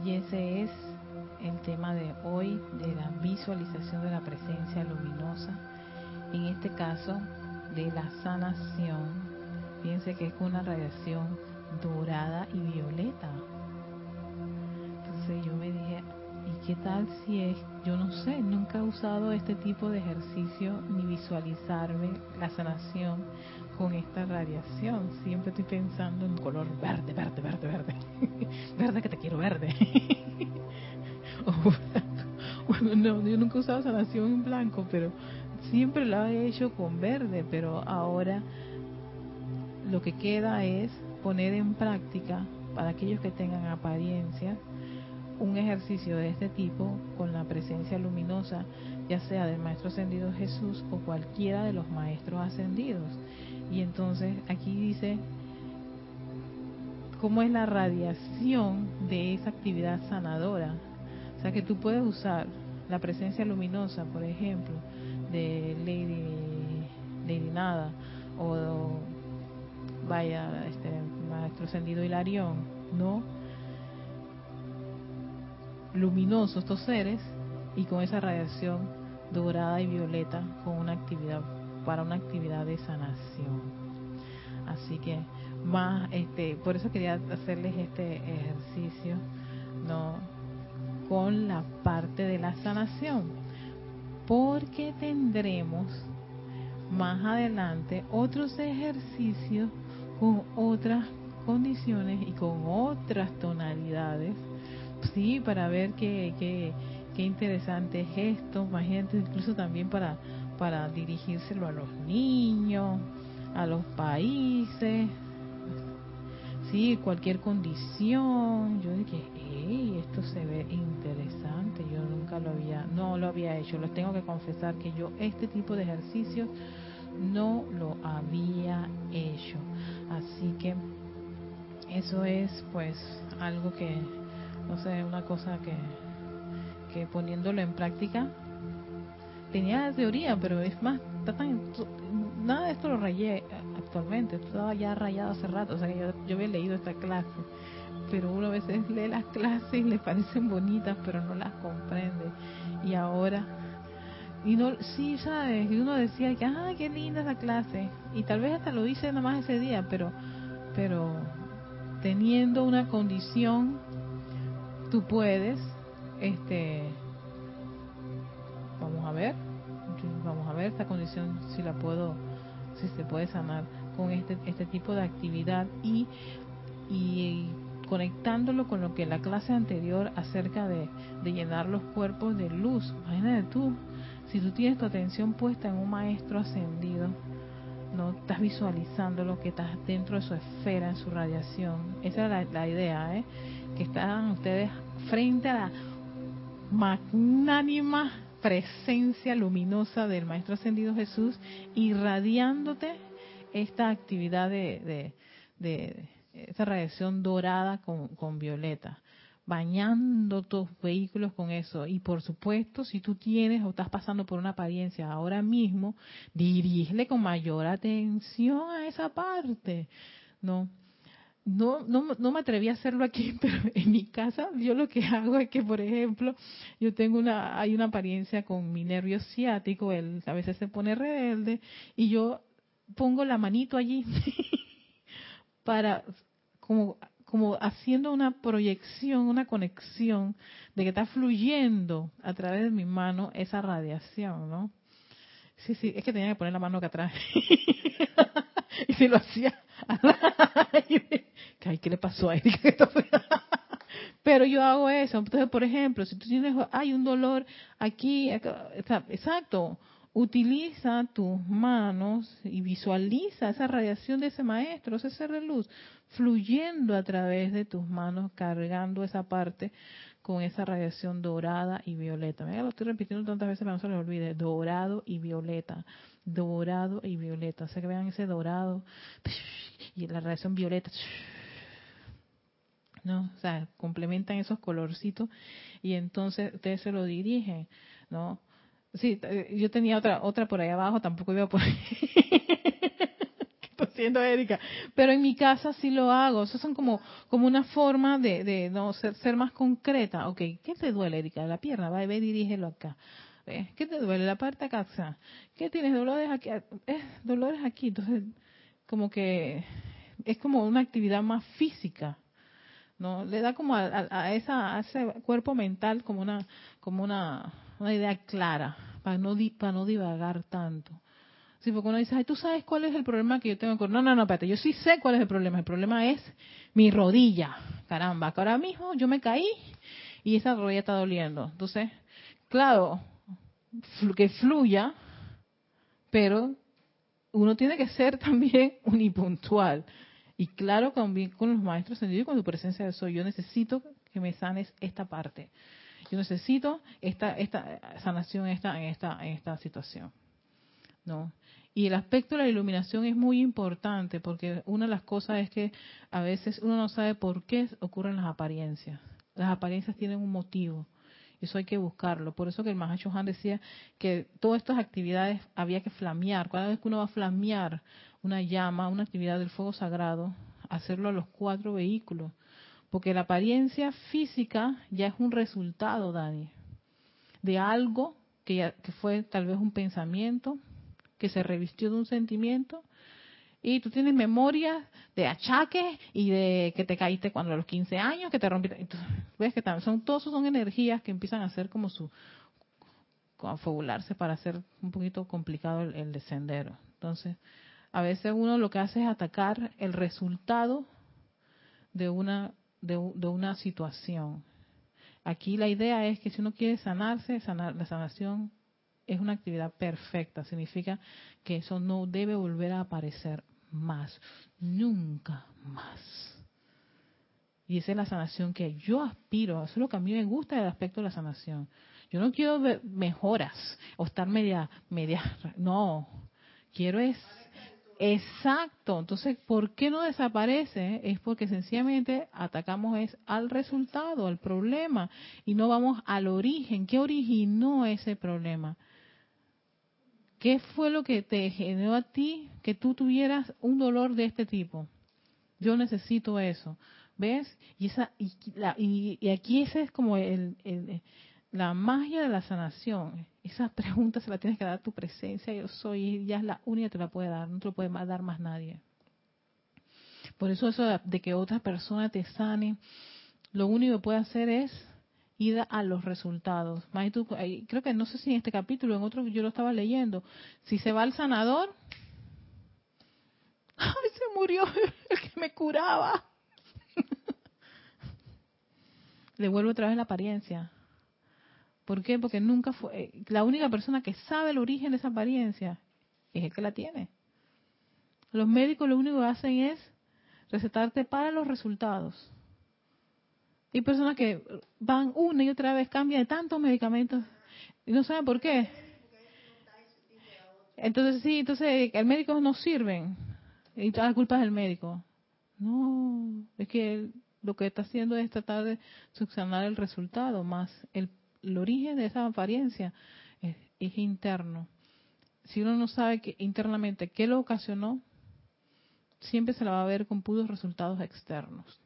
Y ese es el tema de hoy, de la visualización de la presencia luminosa, en este caso de la sanación. Fíjense que es una radiación dorada y violeta. Entonces yo me dije, ¿y qué tal si es? Yo no sé, nunca he usado este tipo de ejercicio ni visualizarme la sanación con esta radiación. Siempre estoy pensando en color verde, verde, verde, verde. Verde que te quiero, verde. O, bueno, no, yo nunca he usado sanación en blanco, pero siempre lo he hecho con verde. Pero ahora lo que queda es poner en práctica, para aquellos que tengan apariencia, un ejercicio de este tipo con la presencia luminosa, ya sea del Maestro Ascendido Jesús o cualquiera de los Maestros Ascendidos. Y entonces aquí dice cómo es la radiación de esa actividad sanadora. O sea que tú puedes usar la presencia luminosa, por ejemplo, de Lady, Lady Nada, o vaya, este Maestro Ascendido Hilarión, ¿no? Luminosos estos seres, y con esa radiación dorada y violeta con una actividad para una actividad de sanación. Así que más este por eso quería hacerles este ejercicio, no con la parte de la sanación, porque tendremos más adelante otros ejercicios con otras condiciones y con otras tonalidades. Sí, para ver qué, qué, qué interesante es esto. Imagínate, incluso también para, para dirigírselo a los niños, a los países, sí, cualquier condición. Yo dije, hey, esto se ve interesante. Yo nunca lo había, no lo había hecho. Les tengo que confesar que yo este tipo de ejercicios no lo había hecho. Así que eso es pues algo que, no sé, una cosa que, que poniéndolo en práctica, tenía la teoría, pero es más, está tan, nada de esto lo rayé actualmente, estaba ya rayado hace rato, o sea que yo, yo había leído esta clase, pero uno a veces lee las clases y le parecen bonitas, pero no las comprende. Y ahora, y no, sí, sabes, y uno decía que, ah, qué linda esa clase, y tal vez hasta lo hice nada más ese día, pero, pero teniendo una condición, tú puedes, este, vamos a ver, vamos a ver esta condición si la puedo, si se puede sanar con este este tipo de actividad y y conectándolo con lo que la clase anterior acerca de, de llenar los cuerpos de luz. Imagínate tú, si tú tienes tu atención puesta en un maestro ascendido, no estás visualizando lo que estás dentro de su esfera, en su radiación. Esa es la, la idea, ¿eh? Que están ustedes frente a la magnánima presencia luminosa del Maestro Ascendido Jesús, irradiándote esta actividad de, de, de esta radiación dorada con, con violeta, bañando tus vehículos con eso. Y por supuesto, si tú tienes o estás pasando por una apariencia ahora mismo, dirígele con mayor atención a esa parte, ¿no? No, no, no me atreví a hacerlo aquí, pero en mi casa yo lo que hago es que, por ejemplo, yo tengo una, hay una apariencia con mi nervio ciático, él a veces se pone rebelde, y yo pongo la manito allí para, como, como haciendo una proyección, una conexión de que está fluyendo a través de mi mano esa radiación, ¿no? Sí, sí, es que tenía que poner la mano acá atrás. Y si lo hacía, ay, ¿qué le pasó a él? Pero yo hago eso. Entonces, por ejemplo, si tú tienes, hay un dolor aquí, acá, exacto, utiliza tus manos y visualiza esa radiación de ese maestro, ese ser de luz, fluyendo a través de tus manos, cargando esa parte con esa radiación dorada y violeta. Mira, lo estoy repitiendo tantas veces para no se les olvide. Dorado y violeta. Dorado y violeta. O sea, que vean ese dorado y la radiación violeta. ¿No? O sea, complementan esos colorcitos y entonces ustedes se lo dirigen, ¿no? Sí, yo tenía otra otra por ahí abajo, tampoco iba a poner. siendo Erika. Pero en mi casa sí lo hago. Eso son como, como una forma de, de no ser, ser más concreta. Ok, ¿qué te duele, Erika? La pierna, va, ve, dirígelo acá. ¿Ves? ¿Qué te duele? La parte acá. ¿Qué tienes? Dolores aquí. Eh, dolores aquí. Entonces, como que es como una actividad más física. ¿No? Le da como a, a, a esa, a ese cuerpo mental como una, como una, una idea clara, para no, di, para no divagar tanto. Sí, porque uno dice, ay, ¿tú sabes cuál es el problema que yo tengo? No, no, no, espérate, yo sí sé cuál es el problema. El problema es mi rodilla. Caramba, que ahora mismo yo me caí y esa rodilla está doliendo. Entonces, claro, que fluya, pero uno tiene que ser también unipuntual. Y claro, también con los maestros ascendidos y con tu presencia de soy. Yo necesito que me sanes esta parte. Yo necesito esta esta sanación esta, en esta en esta situación. ¿No? Y el aspecto de la iluminación es muy importante porque una de las cosas es que a veces uno no sabe por qué ocurren las apariencias. Las apariencias tienen un motivo. Eso hay que buscarlo. Por eso que el Mahacho Han decía que todas estas actividades había que flamear. Cada vez que uno va a flamear una llama, una actividad del fuego sagrado, hacerlo a los cuatro vehículos. Porque la apariencia física ya es un resultado, Dani, de algo que, ya, que fue tal vez un pensamiento, que se revistió de un sentimiento, y tú tienes memoria de achaques y de que te caíste cuando a los quince años, que te rompiste. Ves que son todos son energías que empiezan a hacer como su confabularse para hacer un poquito complicado el, el sendero. Entonces, a veces uno lo que hace es atacar el resultado de una de, de una situación. Aquí la idea es que si uno quiere sanarse, sanar, la sanación es una actividad perfecta. Significa que eso no debe volver a aparecer más, nunca más. Y esa es la sanación que yo aspiro. Eso es lo que a mí me gusta del aspecto de la sanación. Yo no quiero ver mejoras o estar media, media, no. Quiero es, exacto. Entonces, ¿por qué no desaparece? Es porque sencillamente atacamos es al resultado, al problema, y no vamos al origen. ¿Qué originó ese problema? ¿Qué fue lo que te generó a ti que tú tuvieras un dolor de este tipo? Yo necesito eso, ¿ves? Y esa y, la, y, y aquí esa es como el, el, la magia de la sanación. Esas preguntas se las tienes que dar a tu presencia. Yo soy, y ya es la única que te la puede dar, no te lo puede dar más nadie. Por eso eso de, de que otra persona te sane, lo único que puede hacer es ir a los resultados. Más tú, creo que no sé si en este capítulo, en otro yo lo estaba leyendo, si se va al sanador, ¡ay, se murió el que me curaba! Le vuelve otra vez la apariencia. ¿Por qué? Porque nunca fue, la única persona que sabe el origen de esa apariencia es el que la tiene. Los médicos lo único que hacen es recetarte para los resultados. Hay personas que van una y otra vez, cambian de tantos medicamentos y no saben por qué. Entonces sí, entonces el médico no sirven y toda la culpa es del médico. No, es que él, lo que está haciendo es tratar de subsanar el resultado, más el, el origen de esa apariencia es, es interno. Si uno no sabe que internamente qué lo ocasionó, siempre se la va a ver con puros resultados externos.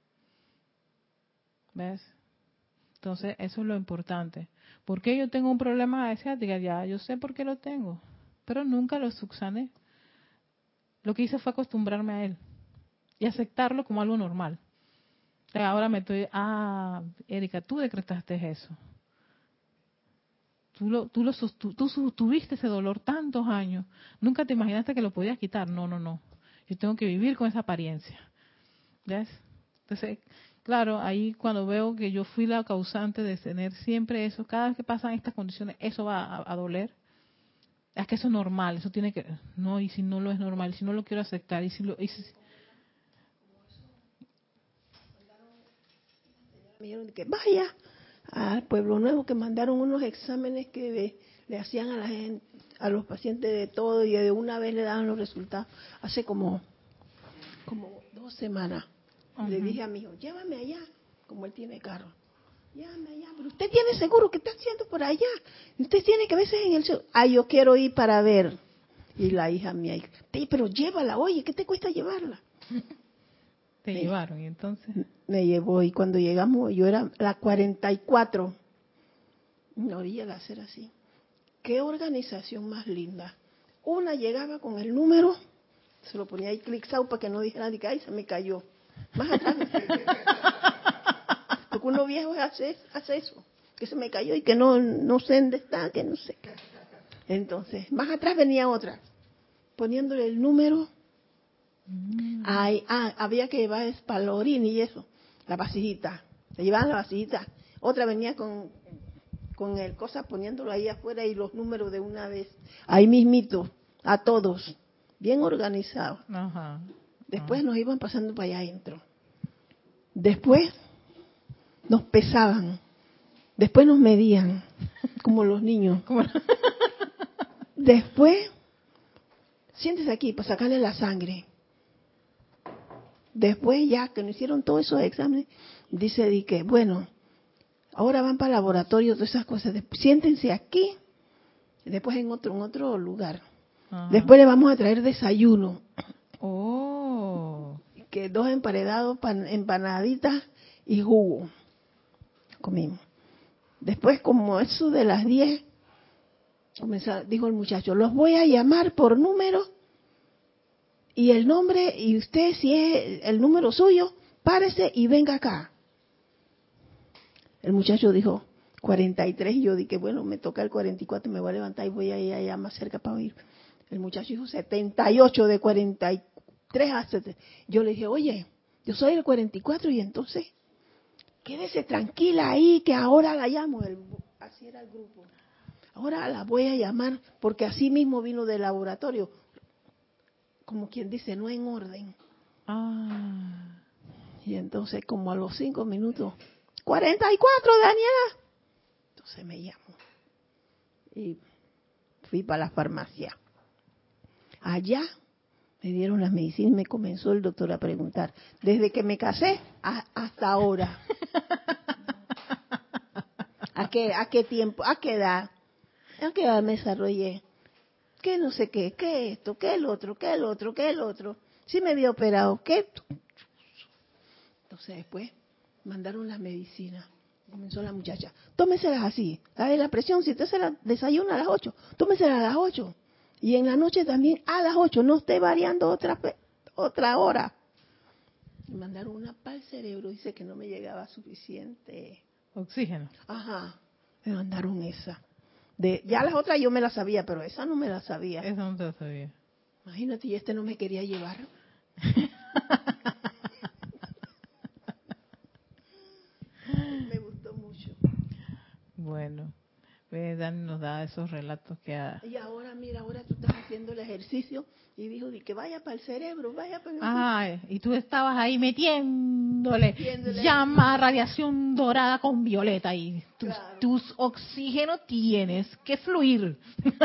¿Ves? Entonces, eso es lo importante. ¿Por qué yo tengo un problema de ciática? Ya, yo sé por qué lo tengo, pero nunca lo subsané. Lo que hice fue acostumbrarme a él y aceptarlo como algo normal. Ahora me estoy, ah, Erika, tú decretaste eso. Tú, lo, tú, lo, tú, tú sostuviste ese dolor tantos años. Nunca te imaginaste que lo podías quitar. No, no, no. Yo tengo que vivir con esa apariencia. ¿Ves? Entonces, claro, ahí cuando veo que yo fui la causante de tener siempre eso, cada vez que pasan estas condiciones, eso va a, a doler. Es que eso es normal, eso tiene que... No, y si no lo es normal, si no lo quiero aceptar, y si lo... Y si, me dijeron que vaya al Pueblo Nuevo, que mandaron unos exámenes que de, le hacían a la gente, a los pacientes de todo, y de una vez le daban los resultados. Hace como, como dos semanas. Uh-huh. Le dije a mi hijo, llévame allá, como él tiene carro. Llévame allá, pero usted tiene seguro, ¿qué está haciendo por allá? Usted tiene que a veces en el... Ah, yo quiero ir para ver. Y la hija mía, "Sí, pero llévala, oye, ¿qué te cuesta llevarla?" Te me, llevaron y entonces. Me llevó y cuando llegamos, yo era la cuarenta y cuatro. No orilla de hacer así. Qué organización más linda. Una llegaba con el número, se lo ponía ahí clic out para que no dijera, ay, se me cayó. Más atrás. Porque uno viejo hace, hace eso, que se me cayó y que no, no sé dónde está, que no sé. Entonces, más atrás venía otra, poniéndole el número. Mm. Ay, ah, había que llevar espalorín y eso, la vasijita. Se llevaban la vasijita. Otra venía con, con el cosa poniéndolo ahí afuera y los números de una vez. Ahí mismito, a todos. Bien organizado. Ajá. Después nos iban pasando para allá adentro. Después nos pesaban. Después nos medían, como los niños. Después, siéntese aquí para sacarle la sangre. Después ya que nos hicieron todos esos exámenes, dice di que, bueno, ahora van para el laboratorio, todas esas cosas. Después, siéntense aquí, después en otro, en otro lugar. Ajá. Después le vamos a traer desayuno. Oh. Que dos emparedados, pan, empanaditas y jugo. Comimos. Después, como eso de las diez, comenzó, dijo el muchacho, los voy a llamar por número y el nombre, y usted si es el número suyo, párese y venga acá. El muchacho dijo cuarenta y tres y yo dije, bueno, me toca el cuarenta y cuatro, me voy a levantar y voy a ir allá más cerca para oír. El muchacho dijo setenta y ocho de cuarenta y tres a setenta. Yo le dije, oye, yo soy el cuarenta y cuatro y entonces, quédese tranquila ahí que ahora la llamo. El, así era el grupo. Ahora la voy a llamar porque así mismo vino del laboratorio. Como quien dice, no en orden. Ah. Y entonces, como a los cinco minutos, cuarenta y cuatro, Daniela. Entonces me llamó. Y fui para la farmacia. Allá me dieron las medicinas y me comenzó el doctor a preguntar. Desde que me casé a, hasta ahora. ¿A qué, ¿A qué tiempo? ¿A qué edad? ¿A qué edad me desarrollé? ¿Qué no sé qué? ¿Qué esto? ¿Qué el otro? ¿Qué el otro? ¿Qué el otro? Sí me había operado. ¿Qué? Entonces después mandaron las medicinas. Comenzó la muchacha. Tómeselas así. La de la presión, si usted se la desayuna a las ocho, tómeselas a las ocho. Y en la noche también a las ocho. No esté variando otra, otra hora. Me mandaron una para el cerebro. Dice que no me llegaba suficiente oxígeno. Ajá. Me mandaron esa. De, ya las otras yo me las sabía, pero esa no me la sabía. Esa no te la sabía. Imagínate, y este no me quería llevar. Me gustó mucho. Bueno, Dani nos da esos relatos que ha... Y ahora, mira, ahora tú estás haciendo el ejercicio y dijo que vaya para el cerebro, vaya para el... Ah, y tú estabas ahí metiéndole, metiéndole llama, radiación dorada con violeta y tus, claro. tus oxígeno tienes que fluir.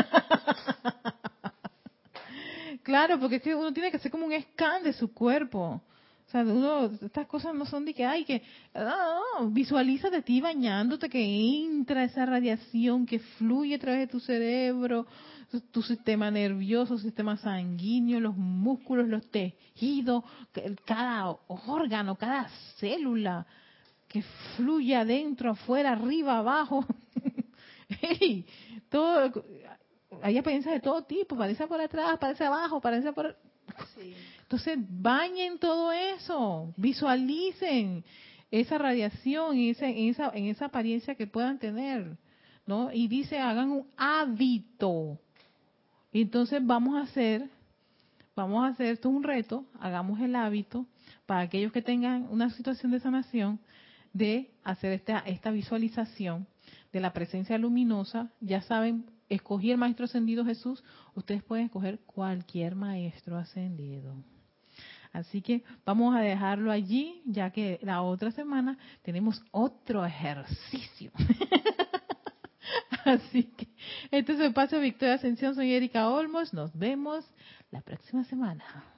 Claro, porque es que uno tiene que hacer como un scan de su cuerpo. O sea, uno, estas cosas no son de que, ay, que, no, visualiza de ti bañándote, que entra esa radiación que fluye a través de tu cerebro, tu sistema nervioso, sistema sanguíneo, los músculos, los tejidos, cada órgano, cada célula, que fluye adentro, afuera, arriba, abajo. Hey, todo, hay apariencias de todo tipo, parece por atrás, parece abajo, parece por... Sí. Entonces, bañen todo eso, visualicen esa radiación y ese, en, esa, en esa apariencia que puedan tener, ¿no? Y dice, hagan un hábito. Y entonces vamos a hacer, vamos a hacer, esto es un reto, hagamos el hábito para aquellos que tengan una situación de sanación, de hacer esta, esta visualización de la presencia luminosa. Ya saben, escogí el Maestro Ascendido Jesús, ustedes pueden escoger cualquier Maestro Ascendido. Así que vamos a dejarlo allí, ya que la otra semana tenemos otro ejercicio. Así que este es el espacio Victoria Ascensión, soy Erika Olmos, nos vemos la próxima semana.